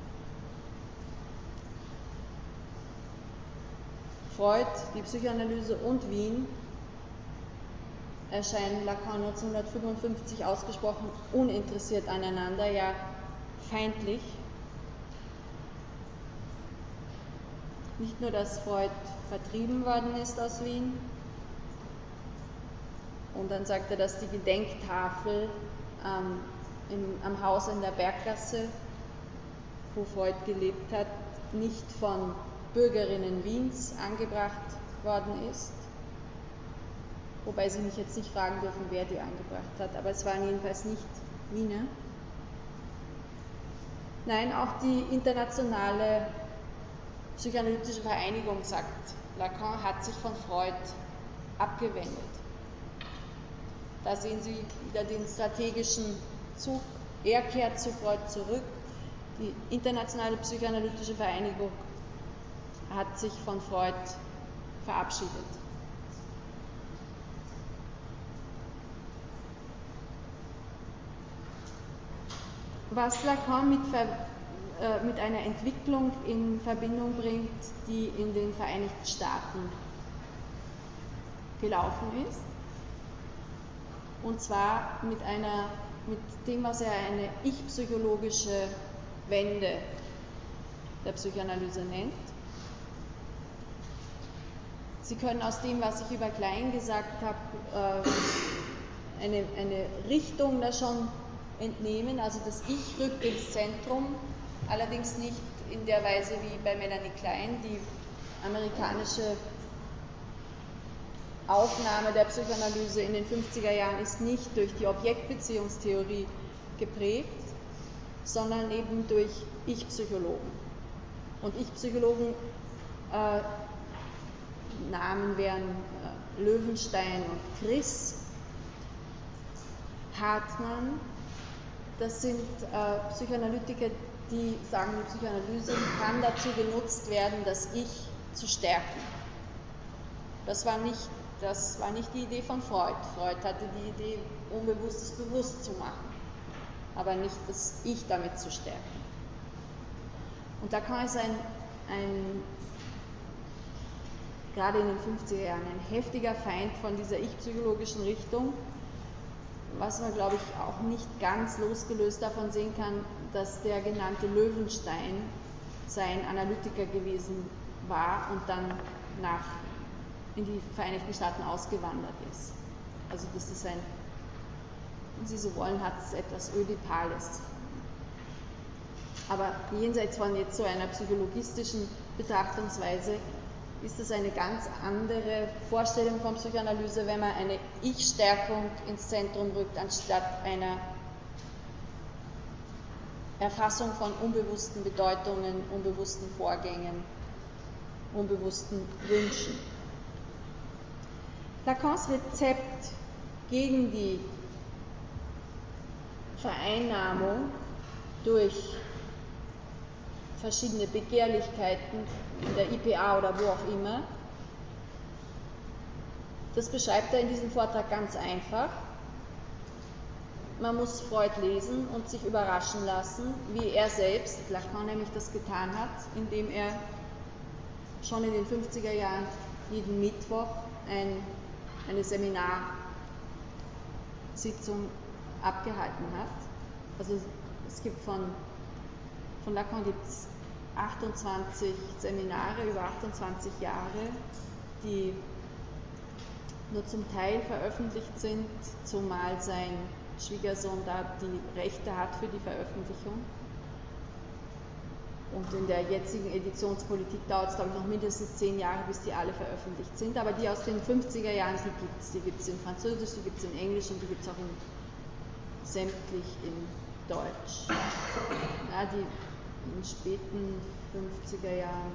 A: Freud, die Psychoanalyse und Wien erscheinen Lacan 1955 ausgesprochen uninteressiert aneinander, ja feindlich. Nicht nur, dass Freud vertrieben worden ist aus Wien, und dann sagt er, dass die Gedenktafel am Haus in der Berggasse, wo Freud gelebt hat, nicht von Bürgerinnen Wiens angebracht worden ist, wobei Sie mich jetzt nicht fragen dürfen, wer die eingebracht hat, aber es waren jedenfalls nicht Wiener. Nein, auch die internationale psychoanalytische Vereinigung, sagt Lacan, hat sich von Freud abgewendet. Da sehen Sie wieder den strategischen Zug. Er kehrt zu Freud zurück. Die internationale psychoanalytische Vereinigung hat sich von Freud verabschiedet. Was Lacan mit einer Entwicklung in Verbindung bringt, die in den Vereinigten Staaten gelaufen ist, und zwar mit dem, was er eine ich-psychologische Wende der Psychoanalyse nennt. Sie können aus dem, was ich über Klein gesagt habe, eine Richtung da schon entnehmen, also das Ich rückt ins Zentrum, allerdings nicht in der Weise wie bei Melanie Klein. Die amerikanische Aufnahme der Psychoanalyse in den 50er Jahren ist nicht durch die Objektbeziehungstheorie geprägt, sondern eben durch Ich-Psychologen. Und Ich-Psychologen, Namen wären Löwenstein und Criss, Hartmann. Das sind Psychoanalytiker, die sagen, die Psychoanalyse kann dazu genutzt werden, das Ich zu stärken. Das war nicht die Idee von Freud. Freud hatte die Idee, Unbewusstes bewusst zu machen, aber nicht das Ich damit zu stärken. Und Lacan ist gerade in den 50er Jahren ein heftiger Feind von dieser ich-psychologischen Richtung, was man, glaube ich, auch nicht ganz losgelöst davon sehen kann, dass der genannte Löwenstein sein Analytiker gewesen war und dann in die Vereinigten Staaten ausgewandert ist. Also das ist wenn Sie so wollen, hat es etwas Ödipales. Aber jenseits von jetzt so einer psychologistischen Betrachtungsweise ist es eine ganz andere Vorstellung von Psychoanalyse, wenn man eine Ich-Stärkung ins Zentrum rückt, anstatt einer Erfassung von unbewussten Bedeutungen, unbewussten Vorgängen, unbewussten Wünschen. Lacans Rezept gegen die Vereinnahmung durch verschiedene Begehrlichkeiten in der IPA oder wo auch immer, das beschreibt er in diesem Vortrag ganz einfach. Man muss Freud lesen und sich überraschen lassen, wie er selbst, Lacan nämlich, das getan hat, indem er schon in den 50er Jahren jeden Mittwoch eine Seminarsitzung abgehalten hat. Also es gibt von Lacan gibt es 28 Seminare über 28 Jahre, die nur zum Teil veröffentlicht sind, zumal sein Schwiegersohn da die Rechte hat für die Veröffentlichung. Und in der jetzigen Editionspolitik dauert es, glaube ich, noch mindestens 10 Jahre, bis die alle veröffentlicht sind. Aber die aus den 50er Jahren, die gibt es in Französisch, die gibt es in Englisch und die gibt es auch sämtlich in Deutsch. Ja, die in den späten 50er Jahren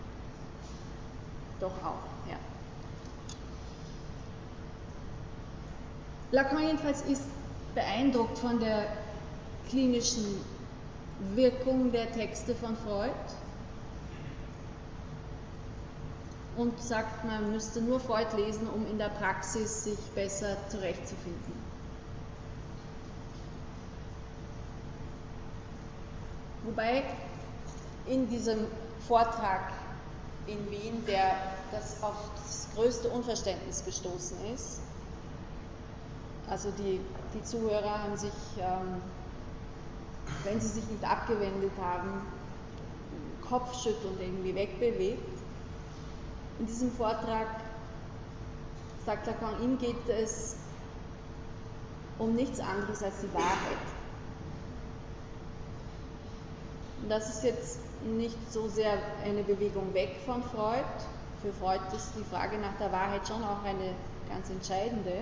A: doch auch, ja. Lacan jedenfalls ist beeindruckt von der klinischen Wirkung der Texte von Freud und sagt, man müsste nur Freud lesen, um in der Praxis sich besser zurechtzufinden. Wobei in diesem Vortrag in Wien, das auf das größte Unverständnis gestoßen ist, also die Zuhörer haben sich, wenn sie sich nicht abgewendet haben, kopfschüttelnd irgendwie wegbewegt. In diesem Vortrag sagt Lacan, ihm geht es um nichts anderes als die Wahrheit. Und das ist jetzt nicht so sehr eine Bewegung weg von Freud. Für Freud ist die Frage nach der Wahrheit schon auch eine ganz entscheidende.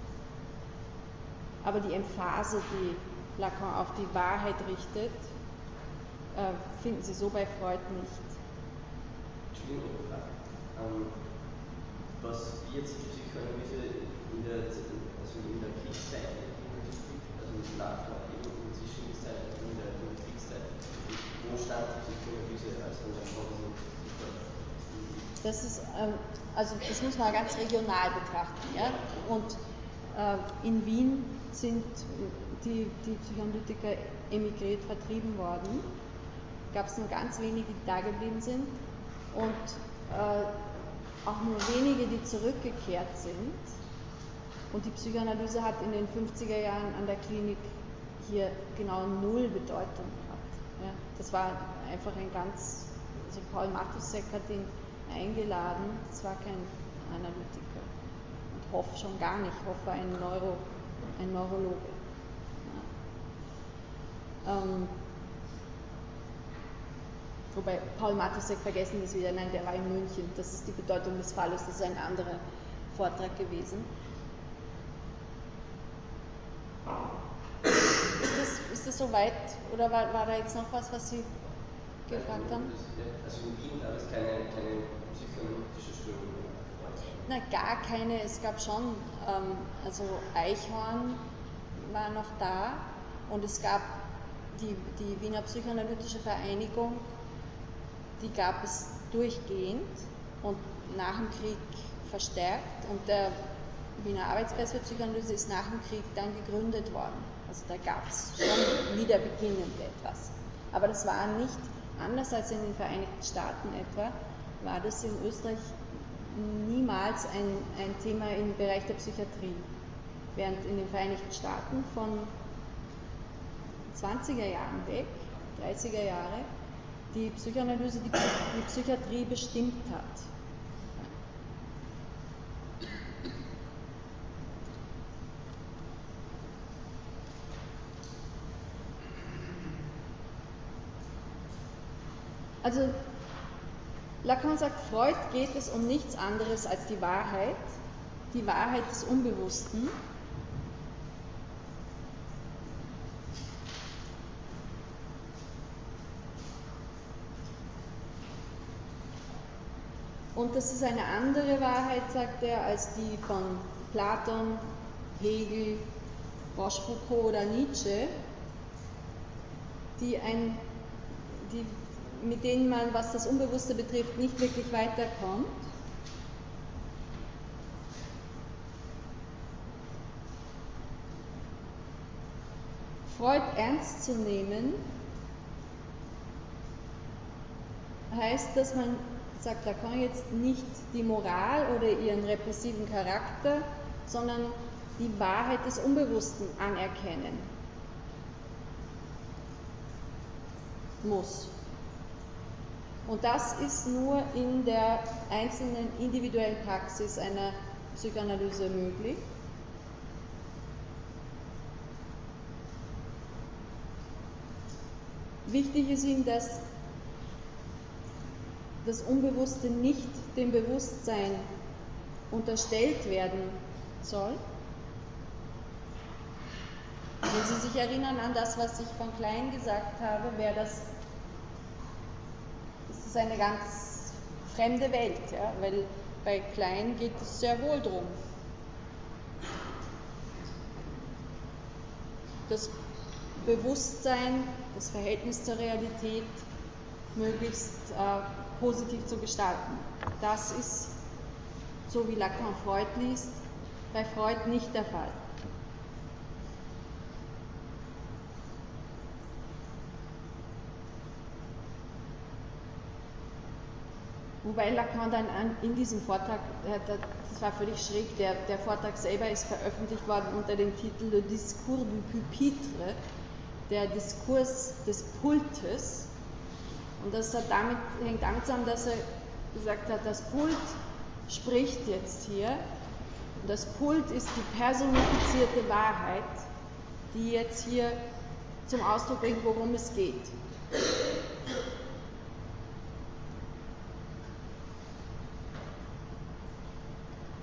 A: Aber die Emphase, die Lacan auf die Wahrheit richtet, finden Sie so bei Freud nicht.
C: Entschuldigung, was wir jetzt die Psychoanalyse in der Kriegszeit, also mit Lacan eben in der Zwischenzeit, in der Kriegszeit, wo stand die Psychoanalyse als dann davon?
A: Das ist, also das muss man ganz regional betrachten. Ja? Und in Wien sind die Psychoanalytiker emigriert, vertrieben worden. Gab es nur ganz wenige, die da geblieben sind und auch nur wenige, die zurückgekehrt sind. Und die Psychoanalyse hat in den 50er Jahren an der Klinik hier genau null Bedeutung gehabt. Ja? Das war einfach ein ganz, also Paul Matusek hat ihn eingeladen, das war kein Analytiker. Und Hoff schon gar nicht, Hoff war ein Neurologe. Ja. Wobei Paul Matusek, vergessen das wieder, nein, der war in München, das ist die Bedeutung des Falles, das ist ein anderer Vortrag gewesen. Ist das soweit, oder war da jetzt noch was Sie gefragt haben?
C: Also in Wien gab es keine psychoanalytische Strömung.
A: Na, gar keine, es gab schon, also Eichhorn war noch da und es gab die Wiener Psychoanalytische Vereinigung, die gab es durchgehend und nach dem Krieg verstärkt und der Wiener Arbeitskreis für Psychoanalyse ist nach dem Krieg dann gegründet worden. Also da gab es schon wieder beginnend etwas. Aber das war nicht, anders als in den Vereinigten Staaten etwa, war das in Österreich niemals ein Thema im Bereich der Psychiatrie. Während in den Vereinigten Staaten von 20er Jahren weg, 30er Jahre, die Psychoanalyse die Psychiatrie bestimmt hat. Also Lacan sagt, Freud geht es um nichts anderes als die Wahrheit des Unbewussten. Und das ist eine andere Wahrheit, sagt er, als die von Platon, Hegel, Rochefoucauld oder Nietzsche, mit denen man, was das Unbewusste betrifft, nicht wirklich weiterkommt. Freud ernst zu nehmen, heißt, dass man, sagt Lacan jetzt, nicht die Moral oder ihren repressiven Charakter, sondern die Wahrheit des Unbewussten anerkennen muss. Und das ist nur in der einzelnen individuellen Praxis einer Psychoanalyse möglich. Wichtig ist ihm, dass das Unbewusste nicht dem Bewusstsein unterstellt werden soll. Wenn Sie sich erinnern an das, was ich von Klein gesagt habe, das ist eine ganz fremde Welt, ja, weil bei Klein geht es sehr wohl darum, das Bewusstsein, das Verhältnis zur Realität möglichst positiv zu gestalten. Das ist, so wie Lacan Freud liest, bei Freud nicht der Fall. Wobei Lacan dann in diesem Vortrag, das war völlig schräg, der Vortrag selber ist veröffentlicht worden unter dem Titel Le Discours du Pupitre, der Diskurs des Pultes. Und das hängt damit zusammen, dass er gesagt hat, das Pult spricht jetzt hier. Und das Pult ist die personifizierte Wahrheit, die jetzt hier zum Ausdruck bringt, worum es geht.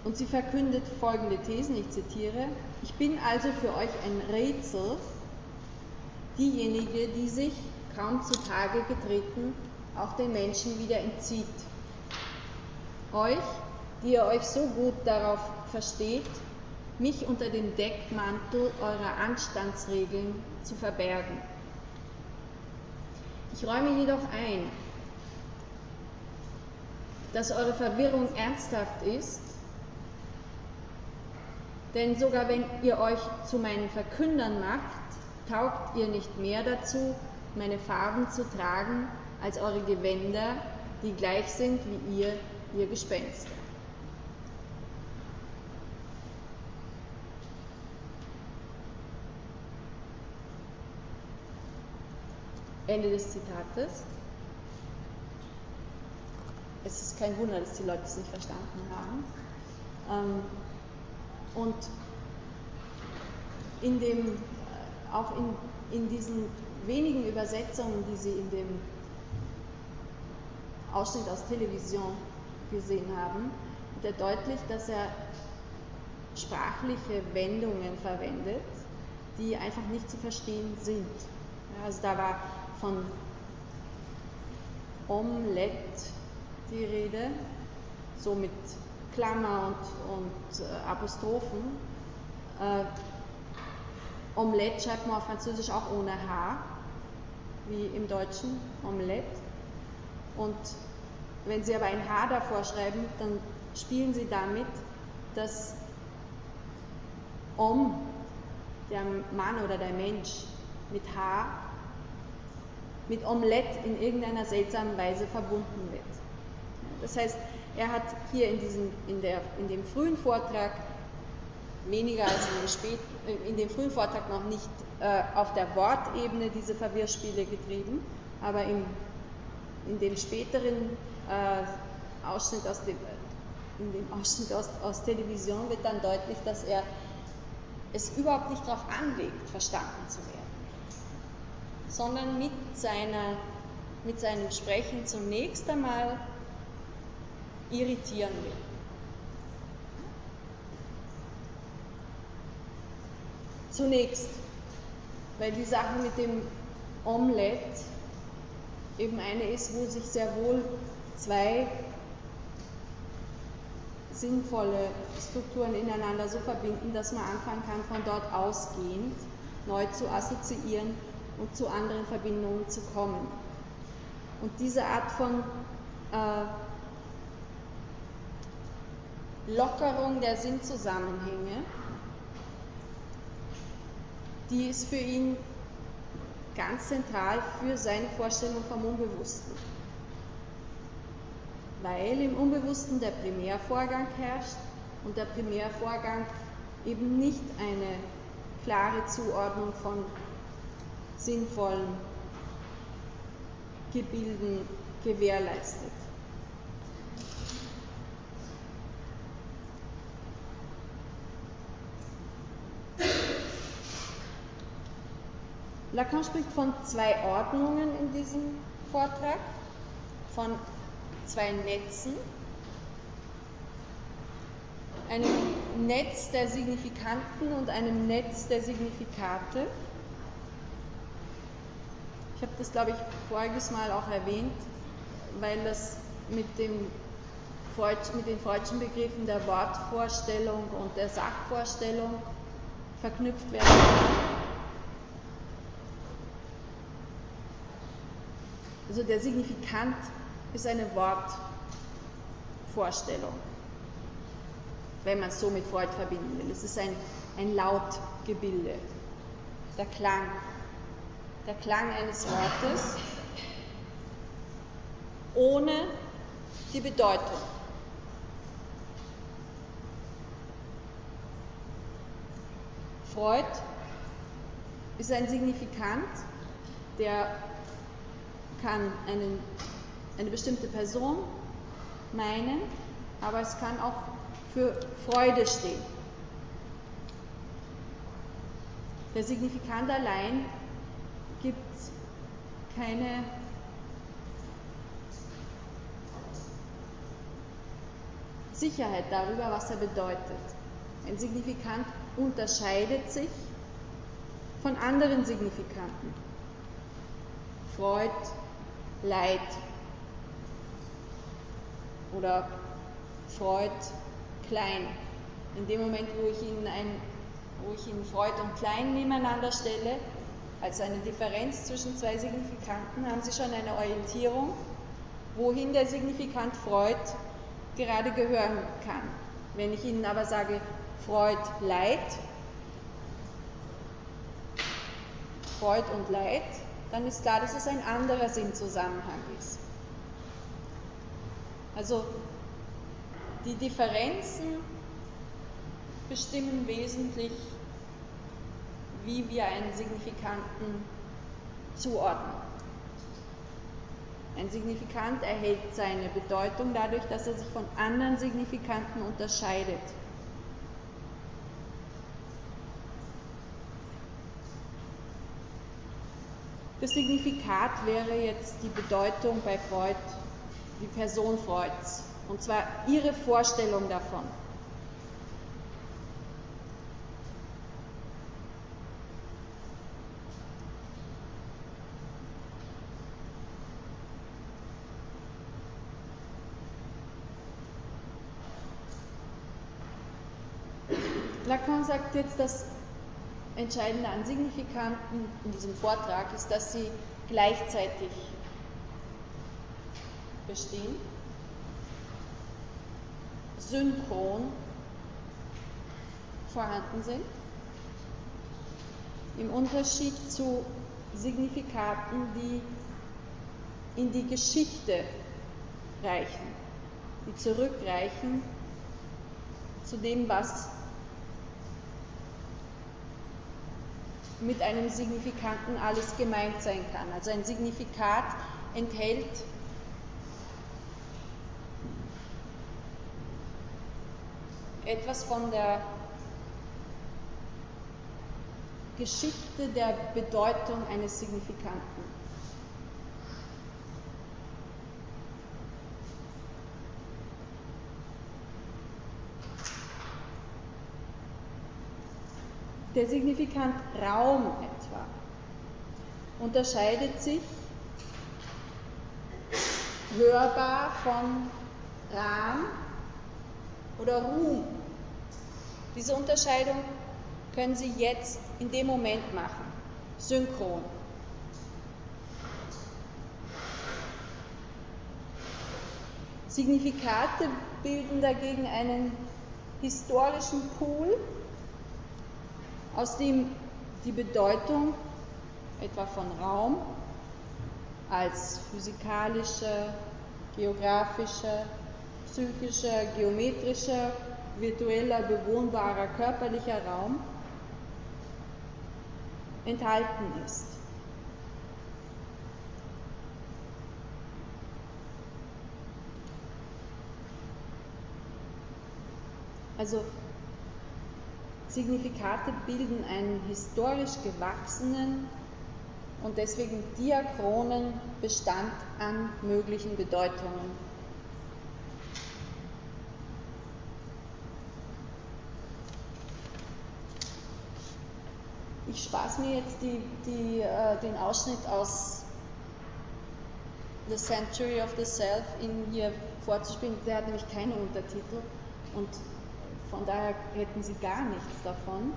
A: Und sie verkündet folgende Thesen, ich zitiere: Ich bin also für euch ein Rätsel, diejenige, die sich, kaum zutage getreten, auch den Menschen wieder entzieht. Euch, die ihr euch so gut darauf versteht, mich unter dem Deckmantel eurer Anstandsregeln zu verbergen. Ich räume jedoch ein, dass eure Verwirrung ernsthaft ist, denn sogar wenn ihr euch zu meinen Verkündern macht, taugt ihr nicht mehr dazu, meine Farben zu tragen, als eure Gewänder, die gleich sind wie ihr Gespenster. Ende des Zitates. Es ist kein Wunder, dass die Leute es nicht verstanden haben. Und auch in diesen wenigen Übersetzungen, die Sie in dem Ausschnitt aus Television gesehen haben, wird deutlich, dass er sprachliche Wendungen verwendet, die einfach nicht zu verstehen sind. Ja, also da war von Omelette die Rede, so mit Klammer und Apostrophen. Omelette schreibt man auf Französisch auch ohne H, wie im Deutschen, Omelette. Und wenn Sie aber ein H davor schreiben, dann spielen Sie damit, dass der Mann oder der Mensch, mit H, mit Omelette in irgendeiner seltsamen Weise verbunden wird. Das heißt, er hat hier in dem frühen Vortrag weniger als in dem frühen Vortrag noch nicht auf der Wortebene diese Verwirrspiele getrieben, aber in dem späteren Ausschnitt aus Television wird dann deutlich, dass er es überhaupt nicht darauf anlegt, verstanden zu werden, sondern mit seinem Sprechen zunächst einmal irritieren will. Zunächst, weil die Sache mit dem Omelette eben eine ist, wo sich sehr wohl zwei sinnvolle Strukturen ineinander so verbinden, dass man anfangen kann, von dort ausgehend neu zu assoziieren und zu anderen Verbindungen zu kommen. Und diese Art von Lockerung der Sinnzusammenhänge, die ist für ihn ganz zentral für seine Vorstellung vom Unbewussten. Weil im Unbewussten der Primärvorgang herrscht und der Primärvorgang eben nicht eine klare Zuordnung von sinnvollen Gebilden gewährleistet. Lacan spricht von zwei Ordnungen in diesem Vortrag, von zwei Netzen, einem Netz der Signifikanten und einem Netz der Signifikate. Ich habe das, glaube ich, voriges Mal auch erwähnt, weil das mit den freudschen Begriffen der Wortvorstellung und der Sachvorstellung verknüpft werden kann. Also der Signifikant ist eine Wortvorstellung, wenn man es so mit Freud verbinden will. Es ist ein Lautgebilde, der Klang eines Wortes ohne die Bedeutung. Freud ist ein Signifikant, der kann eine bestimmte Person meinen, aber es kann auch für Freude stehen. Der Signifikant allein gibt keine Sicherheit darüber, was er bedeutet. Ein Signifikant unterscheidet sich von anderen Signifikanten. Freud, Leid oder Freud, klein. In dem Moment, wo ich Ihnen Freud und klein nebeneinander stelle, also eine Differenz zwischen zwei Signifikanten, haben Sie schon eine Orientierung, wohin der Signifikant Freud gerade gehören kann. Wenn ich Ihnen aber sage, Freud, Leid, Freud und Leid, dann ist klar, dass es ein anderer Sinnzusammenhang ist. Also die Differenzen bestimmen wesentlich, wie wir einen Signifikanten zuordnen. Ein Signifikant erhält seine Bedeutung dadurch, dass er sich von anderen Signifikanten unterscheidet. Das Signifikat wäre jetzt die Bedeutung bei Freud, die Person Freuds, und zwar ihre Vorstellung davon. Lacan sagt jetzt, das Entscheidende an Signifikanten in diesem Vortrag ist, dass sie gleichzeitig bestehen, synchron vorhanden sind, im Unterschied zu Signifikaten, die in die Geschichte reichen, die zurückreichen zu dem, was mit einem Signifikanten alles gemeint sein kann. Also ein Signifikat enthält etwas von der Geschichte der Bedeutung eines Signifikanten. Der Signifikant Raum etwa unterscheidet sich hörbar von Rahm oder Ruhm. Diese Unterscheidung können Sie jetzt in dem Moment machen, synchron. Signifikate bilden dagegen einen historischen Pool, aus dem die Bedeutung etwa von Raum als physikalischer, geografischer, psychischer, geometrischer, virtueller, bewohnbarer, körperlicher Raum enthalten ist. Also Signifikate bilden einen historisch gewachsenen und deswegen diachronen Bestand an möglichen Bedeutungen. Ich spaß mir jetzt den Ausschnitt aus The Century of the Self Ihnen hier vorzuspielen. Der hat nämlich keine Untertitel und von daher hätten Sie gar nichts davon.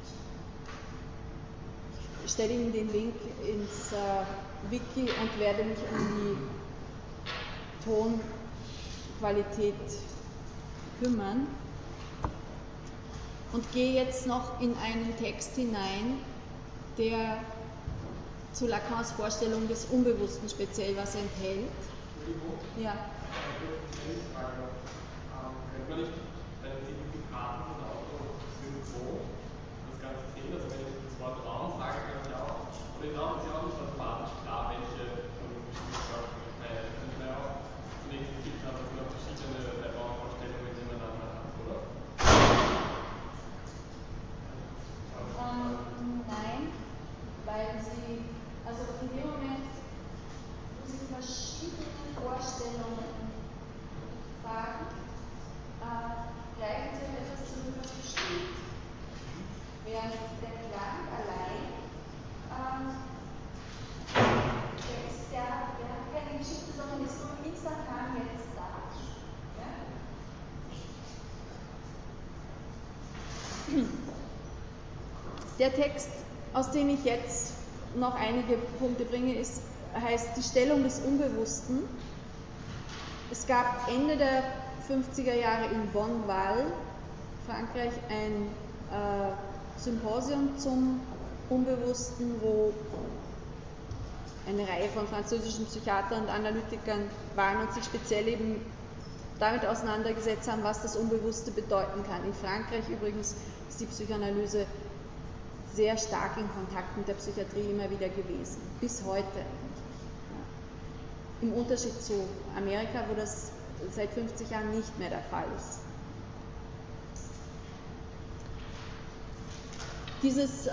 A: Ich stelle Ihnen den Link ins Wiki und werde mich um die Tonqualität kümmern. Und gehe jetzt noch in einen Text hinein, der zu Lacans Vorstellung des Unbewussten speziell was enthält. Ja.
D: Könnte man nicht bei den Signifikaten oder auch synchron das Ganze sehen? Also wenn ich das Wort Raum sage, kann ich auch, oder in Raum ist ja auch nicht automatisch klar, welche von den verschiedenen Wörtern ich meine. Das könnte man ja auch zunächst geklickt haben, dass man verschiedene Raumvorstellungen nebeneinander hat, oder?
A: Nein, weil Sie, also in dem Moment, wo Sie verschiedene Vorstellungen fragen, Der Text, aus dem ich jetzt noch einige Punkte bringe, heißt die Stellung des Unbewussten. Es gab Ende der 50er Jahre in Bonn-Val, Frankreich, ein Symposium zum Unbewussten, wo eine Reihe von französischen Psychiatern und Analytikern waren und sich speziell eben damit auseinandergesetzt haben, was das Unbewusste bedeuten kann. In Frankreich übrigens ist die Psychoanalyse sehr stark in Kontakt mit der Psychiatrie immer wieder gewesen, bis heute eigentlich. Ja. Im Unterschied zu Amerika, wo das seit 50 Jahren nicht mehr der Fall ist. Dieses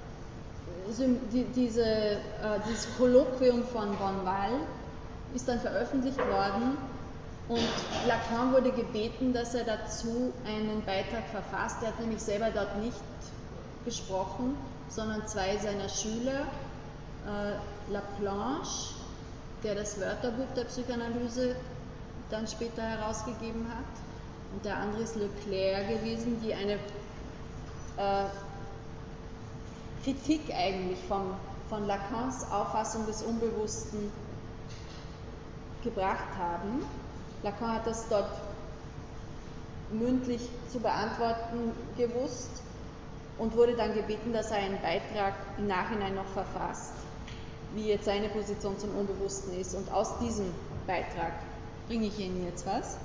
A: Kolloquium von Bonn-Val ist dann veröffentlicht worden und Lacan wurde gebeten, dass er dazu einen Beitrag verfasst. Er hat nämlich selber dort nicht gesprochen, sondern zwei seiner Schüler, Laplanche, der das Wörterbuch der Psychoanalyse dann später herausgegeben hat, und der andere ist Leclerc gewesen, die eine Kritik eigentlich von Lacans Auffassung des Unbewussten gebracht haben. Lacan hat das dort mündlich zu beantworten gewusst und wurde dann gebeten, dass er einen Beitrag im Nachhinein noch verfasst, wie jetzt seine Position zum Unbewussten ist. Und aus diesem Beitrag bringe ich Ihnen jetzt was.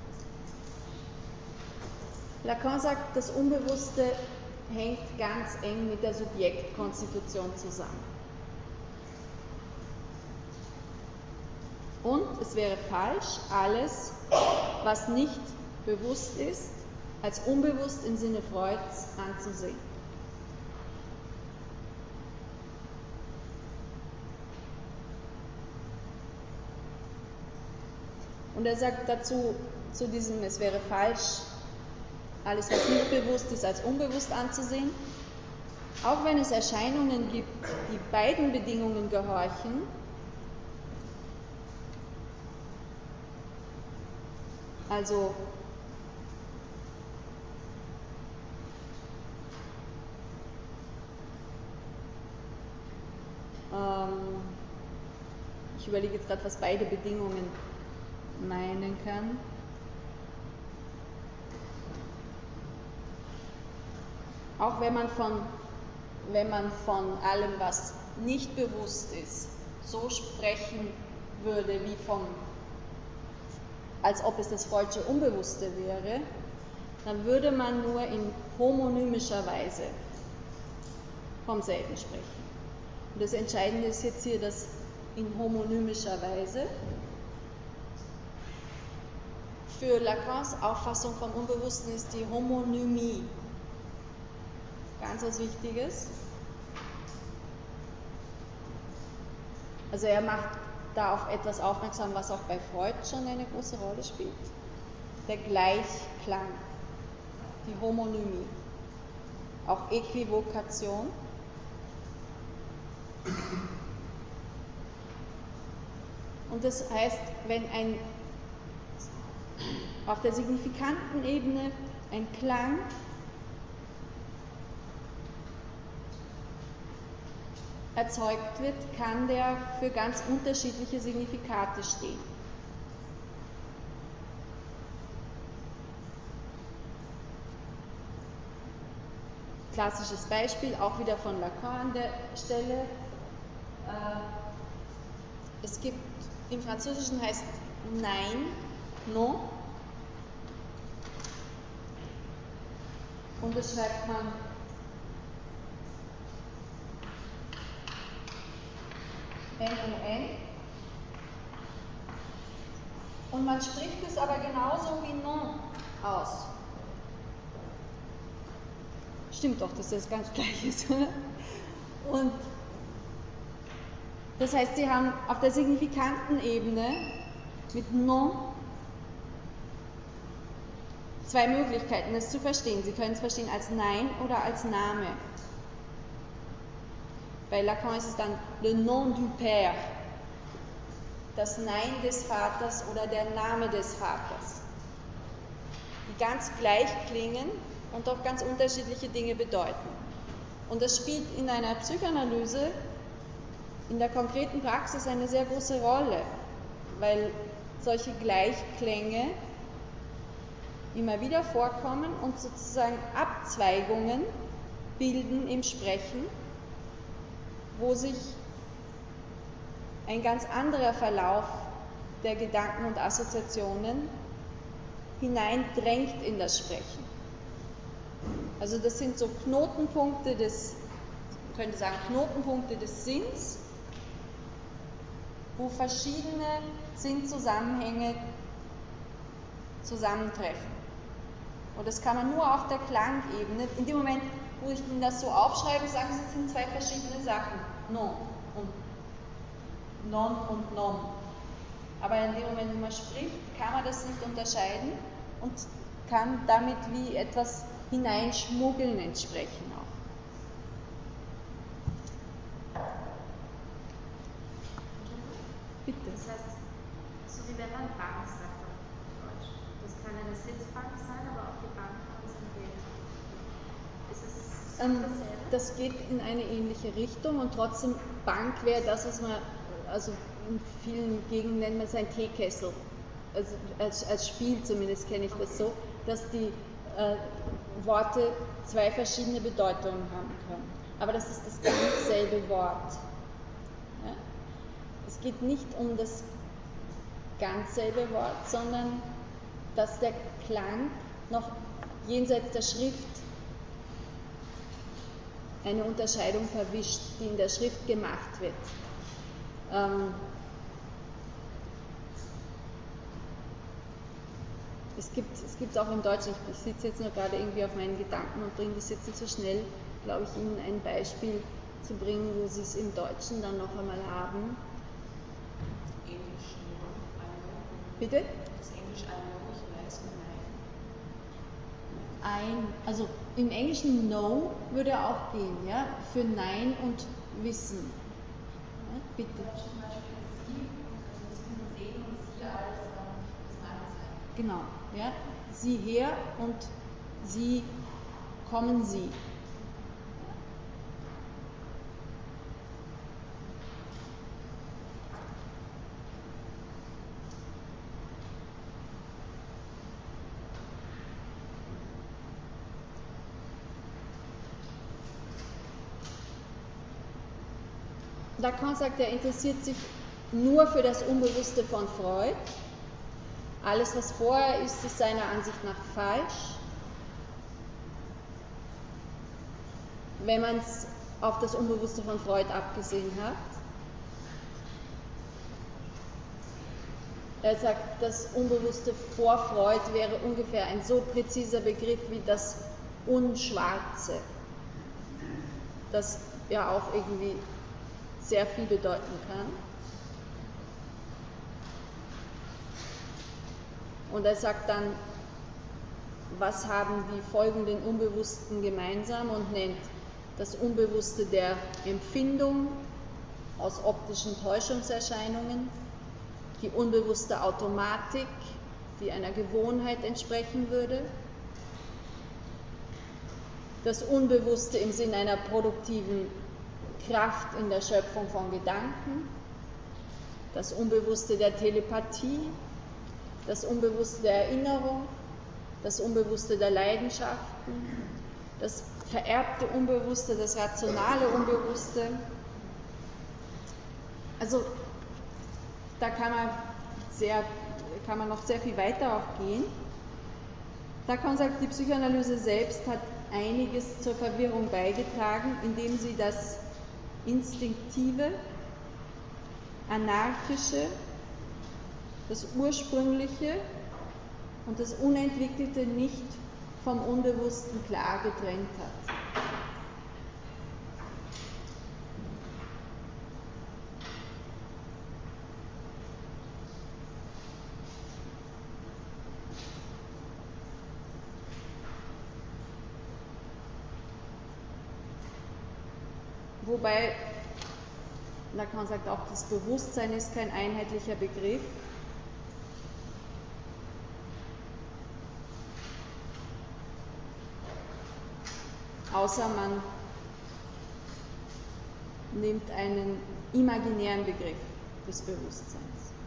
A: Lacan sagt, das Unbewusste hängt ganz eng mit der Subjektkonstitution zusammen. Und es wäre falsch, alles, was nicht bewusst ist, als unbewusst im Sinne Freuds anzusehen. Und er sagt dazu, zu diesem, es wäre falsch, alles, was nicht bewusst ist, als unbewusst anzusehen. Auch wenn es Erscheinungen gibt, die beiden Bedingungen gehorchen, also ich überlege jetzt gerade, was beide Bedingungen meinen kann. Auch wenn man von allem, was nicht bewusst ist, so sprechen würde, wie als ob es das Freudsche Unbewusste wäre, dann würde man nur in homonymischer Weise vom selben sprechen. Und das Entscheidende ist jetzt hier, dass in homonymischer Weise für Lacans Auffassung vom Unbewussten ist die Homonymie ganz was Wichtiges. Also er macht da auf etwas aufmerksam, was auch bei Freud schon eine große Rolle spielt. Der Gleichklang, die Homonymie, auch Äquivokation. Und das heißt, wenn auf der signifikanten Ebene ein Klang erzeugt wird, kann der für ganz unterschiedliche Signifikate stehen. Klassisches Beispiel, auch wieder von Lacan an der Stelle. Es gibt, im Französischen heißt Nein, non, und das schreibt man N-O-N. Und man spricht es aber genauso wie non aus. Stimmt doch, dass das ganz gleich ist. Und das heißt, Sie haben auf der signifikanten Ebene mit non zwei Möglichkeiten, das zu verstehen. Sie können es verstehen als Nein oder als Name. Bei Lacan ist es dann le nom du père, das Nein des Vaters oder der Name des Vaters, die ganz gleich klingen, und auch ganz unterschiedliche Dinge bedeuten. Und das spielt in einer Psychoanalyse in der konkreten Praxis eine sehr große Rolle, weil solche Gleichklänge immer wieder vorkommen und sozusagen Abzweigungen bilden im Sprechen, wo sich ein ganz anderer Verlauf der Gedanken und Assoziationen hineindrängt in das Sprechen. Also das sind so Knotenpunkte man könnte sagen Knotenpunkte des Sinns, wo verschiedene Sinnzusammenhänge zusammentreffen. Und das kann man nur auf der Klangebene. In dem Moment, wo ich Ihnen das so aufschreibe, sagen Sie, es sind zwei verschiedene Sachen. Non und non und nom. Aber in dem Moment, wo man spricht, kann man das nicht unterscheiden und kann damit wie etwas hineinschmuggeln ins Sprechen auch. Bitte.
E: Das heißt, so wie wenn man Bank sagt auf Deutsch. Das kann eine Sitzbank sein, aber auch die Bank kann es entgegen. Ist es dasselbe?
A: Das geht in eine ähnliche Richtung und trotzdem Bank wäre das, was man, also in vielen Gegenden nennt man es ein Teekessel. Also als Spiel zumindest kenne ich das so, dass die Worte zwei verschiedene Bedeutungen haben können. Aber das ist das ganz selbe Wort. Ja? Es geht nicht um das ganz selbe Wort, sondern dass der Klang noch jenseits der Schrift eine Unterscheidung verwischt, die in der Schrift gemacht wird. Es gibt auch im Deutschen, ich sitze jetzt nur gerade irgendwie auf meinen Gedanken und bringe das jetzt nicht so schnell, glaube ich, Ihnen ein Beispiel zu bringen, wo Sie es im Deutschen dann noch einmal haben.
F: Englisch,
A: Bitte?
F: das Englisch I know, ich weiß und
A: Ein, also im Englischen know würde auch gehen, ja, für Nein und Wissen. Ja, bitte.
F: Zum Beispiel Sie, also Sie sehen und Sie als das Mann sein.
A: Genau, ja. Sie her und Sie kommen Sie. Lacan sagt, er interessiert sich nur für das Unbewusste von Freud. Alles, was vorher ist, ist seiner Ansicht nach falsch. Wenn man es auf das Unbewusste von Freud abgesehen hat. Er sagt, das Unbewusste vor Freud wäre ungefähr ein so präziser Begriff wie das Unschwarze, das ja auch irgendwie sehr viel bedeuten kann. Und er sagt dann, was haben die folgenden Unbewussten gemeinsam und nennt das Unbewusste der Empfindung aus optischen Täuschungserscheinungen, die unbewusste Automatik, die einer Gewohnheit entsprechen würde, das Unbewusste im Sinn einer produktiven Kraft in der Schöpfung von Gedanken, das Unbewusste der Telepathie, das Unbewusste der Erinnerung, das Unbewusste der Leidenschaften, das vererbte Unbewusste, das rationale Unbewusste. Also da kann man noch sehr viel weiter auch gehen. Lacan sagt, die Psychoanalyse selbst hat einiges zur Verwirrung beigetragen, indem sie das Instinktive, Anarchische, das Ursprüngliche und das Unentwickelte nicht vom Unbewussten klar getrennt hat. Wobei Lacan sagt auch, das Bewusstsein ist kein einheitlicher Begriff. außer man nimmt einen imaginären Begriff des Bewusstseins.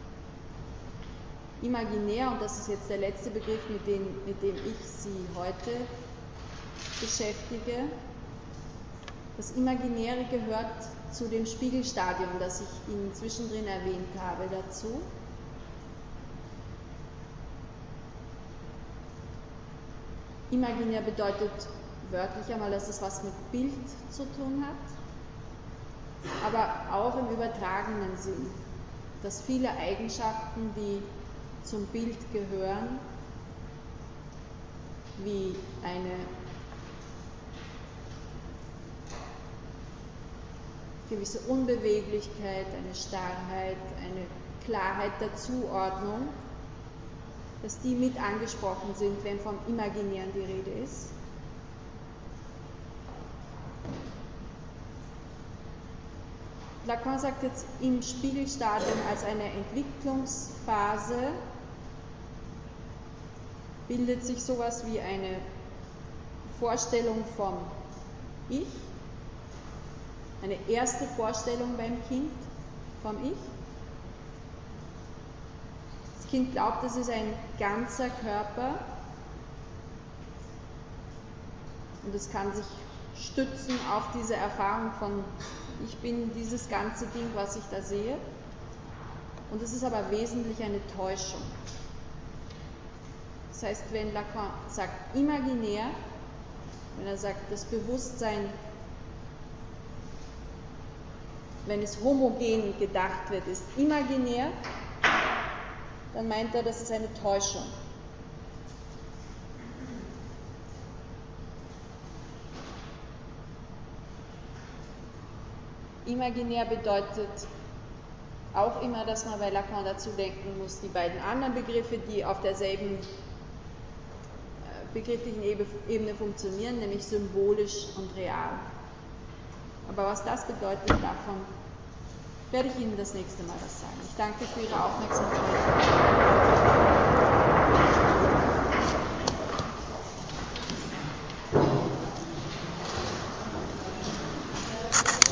A: Imaginär, und das ist jetzt der letzte Begriff, mit dem ich Sie heute beschäftige, das Imaginäre gehört zu dem Spiegelstadium, das ich Ihnen zwischendrin erwähnt habe, dazu. Imaginär bedeutet wörtlich einmal, dass es was mit Bild zu tun hat, aber auch im übertragenen Sinn, dass viele Eigenschaften, die zum Bild gehören, wie eine gewisse Unbeweglichkeit, eine Starrheit, eine Klarheit der Zuordnung, dass die mit angesprochen sind, wenn vom Imaginären die Rede ist. Lacan sagt jetzt im Spiegelstadium als eine Entwicklungsphase bildet sich sowas wie eine Vorstellung vom Ich, eine erste Vorstellung beim Kind vom Ich. Das Kind glaubt, es ist ein ganzer Körper und es kann sich stützen auf diese Erfahrung von ich bin dieses ganze Ding, was ich da sehe. Und es ist aber wesentlich eine Täuschung. Das heißt, wenn Lacan sagt imaginär, wenn er sagt, das Bewusstsein, wenn es homogen gedacht wird, ist imaginär, dann meint er, das ist eine Täuschung. Imaginär bedeutet auch immer, dass man bei Lacan dazu denken muss, die beiden anderen Begriffe, die auf derselben begrifflichen Ebene funktionieren, nämlich symbolisch und real. Aber was das bedeutet, davon werde ich Ihnen das nächste Mal was sagen. Ich danke für Ihre Aufmerksamkeit.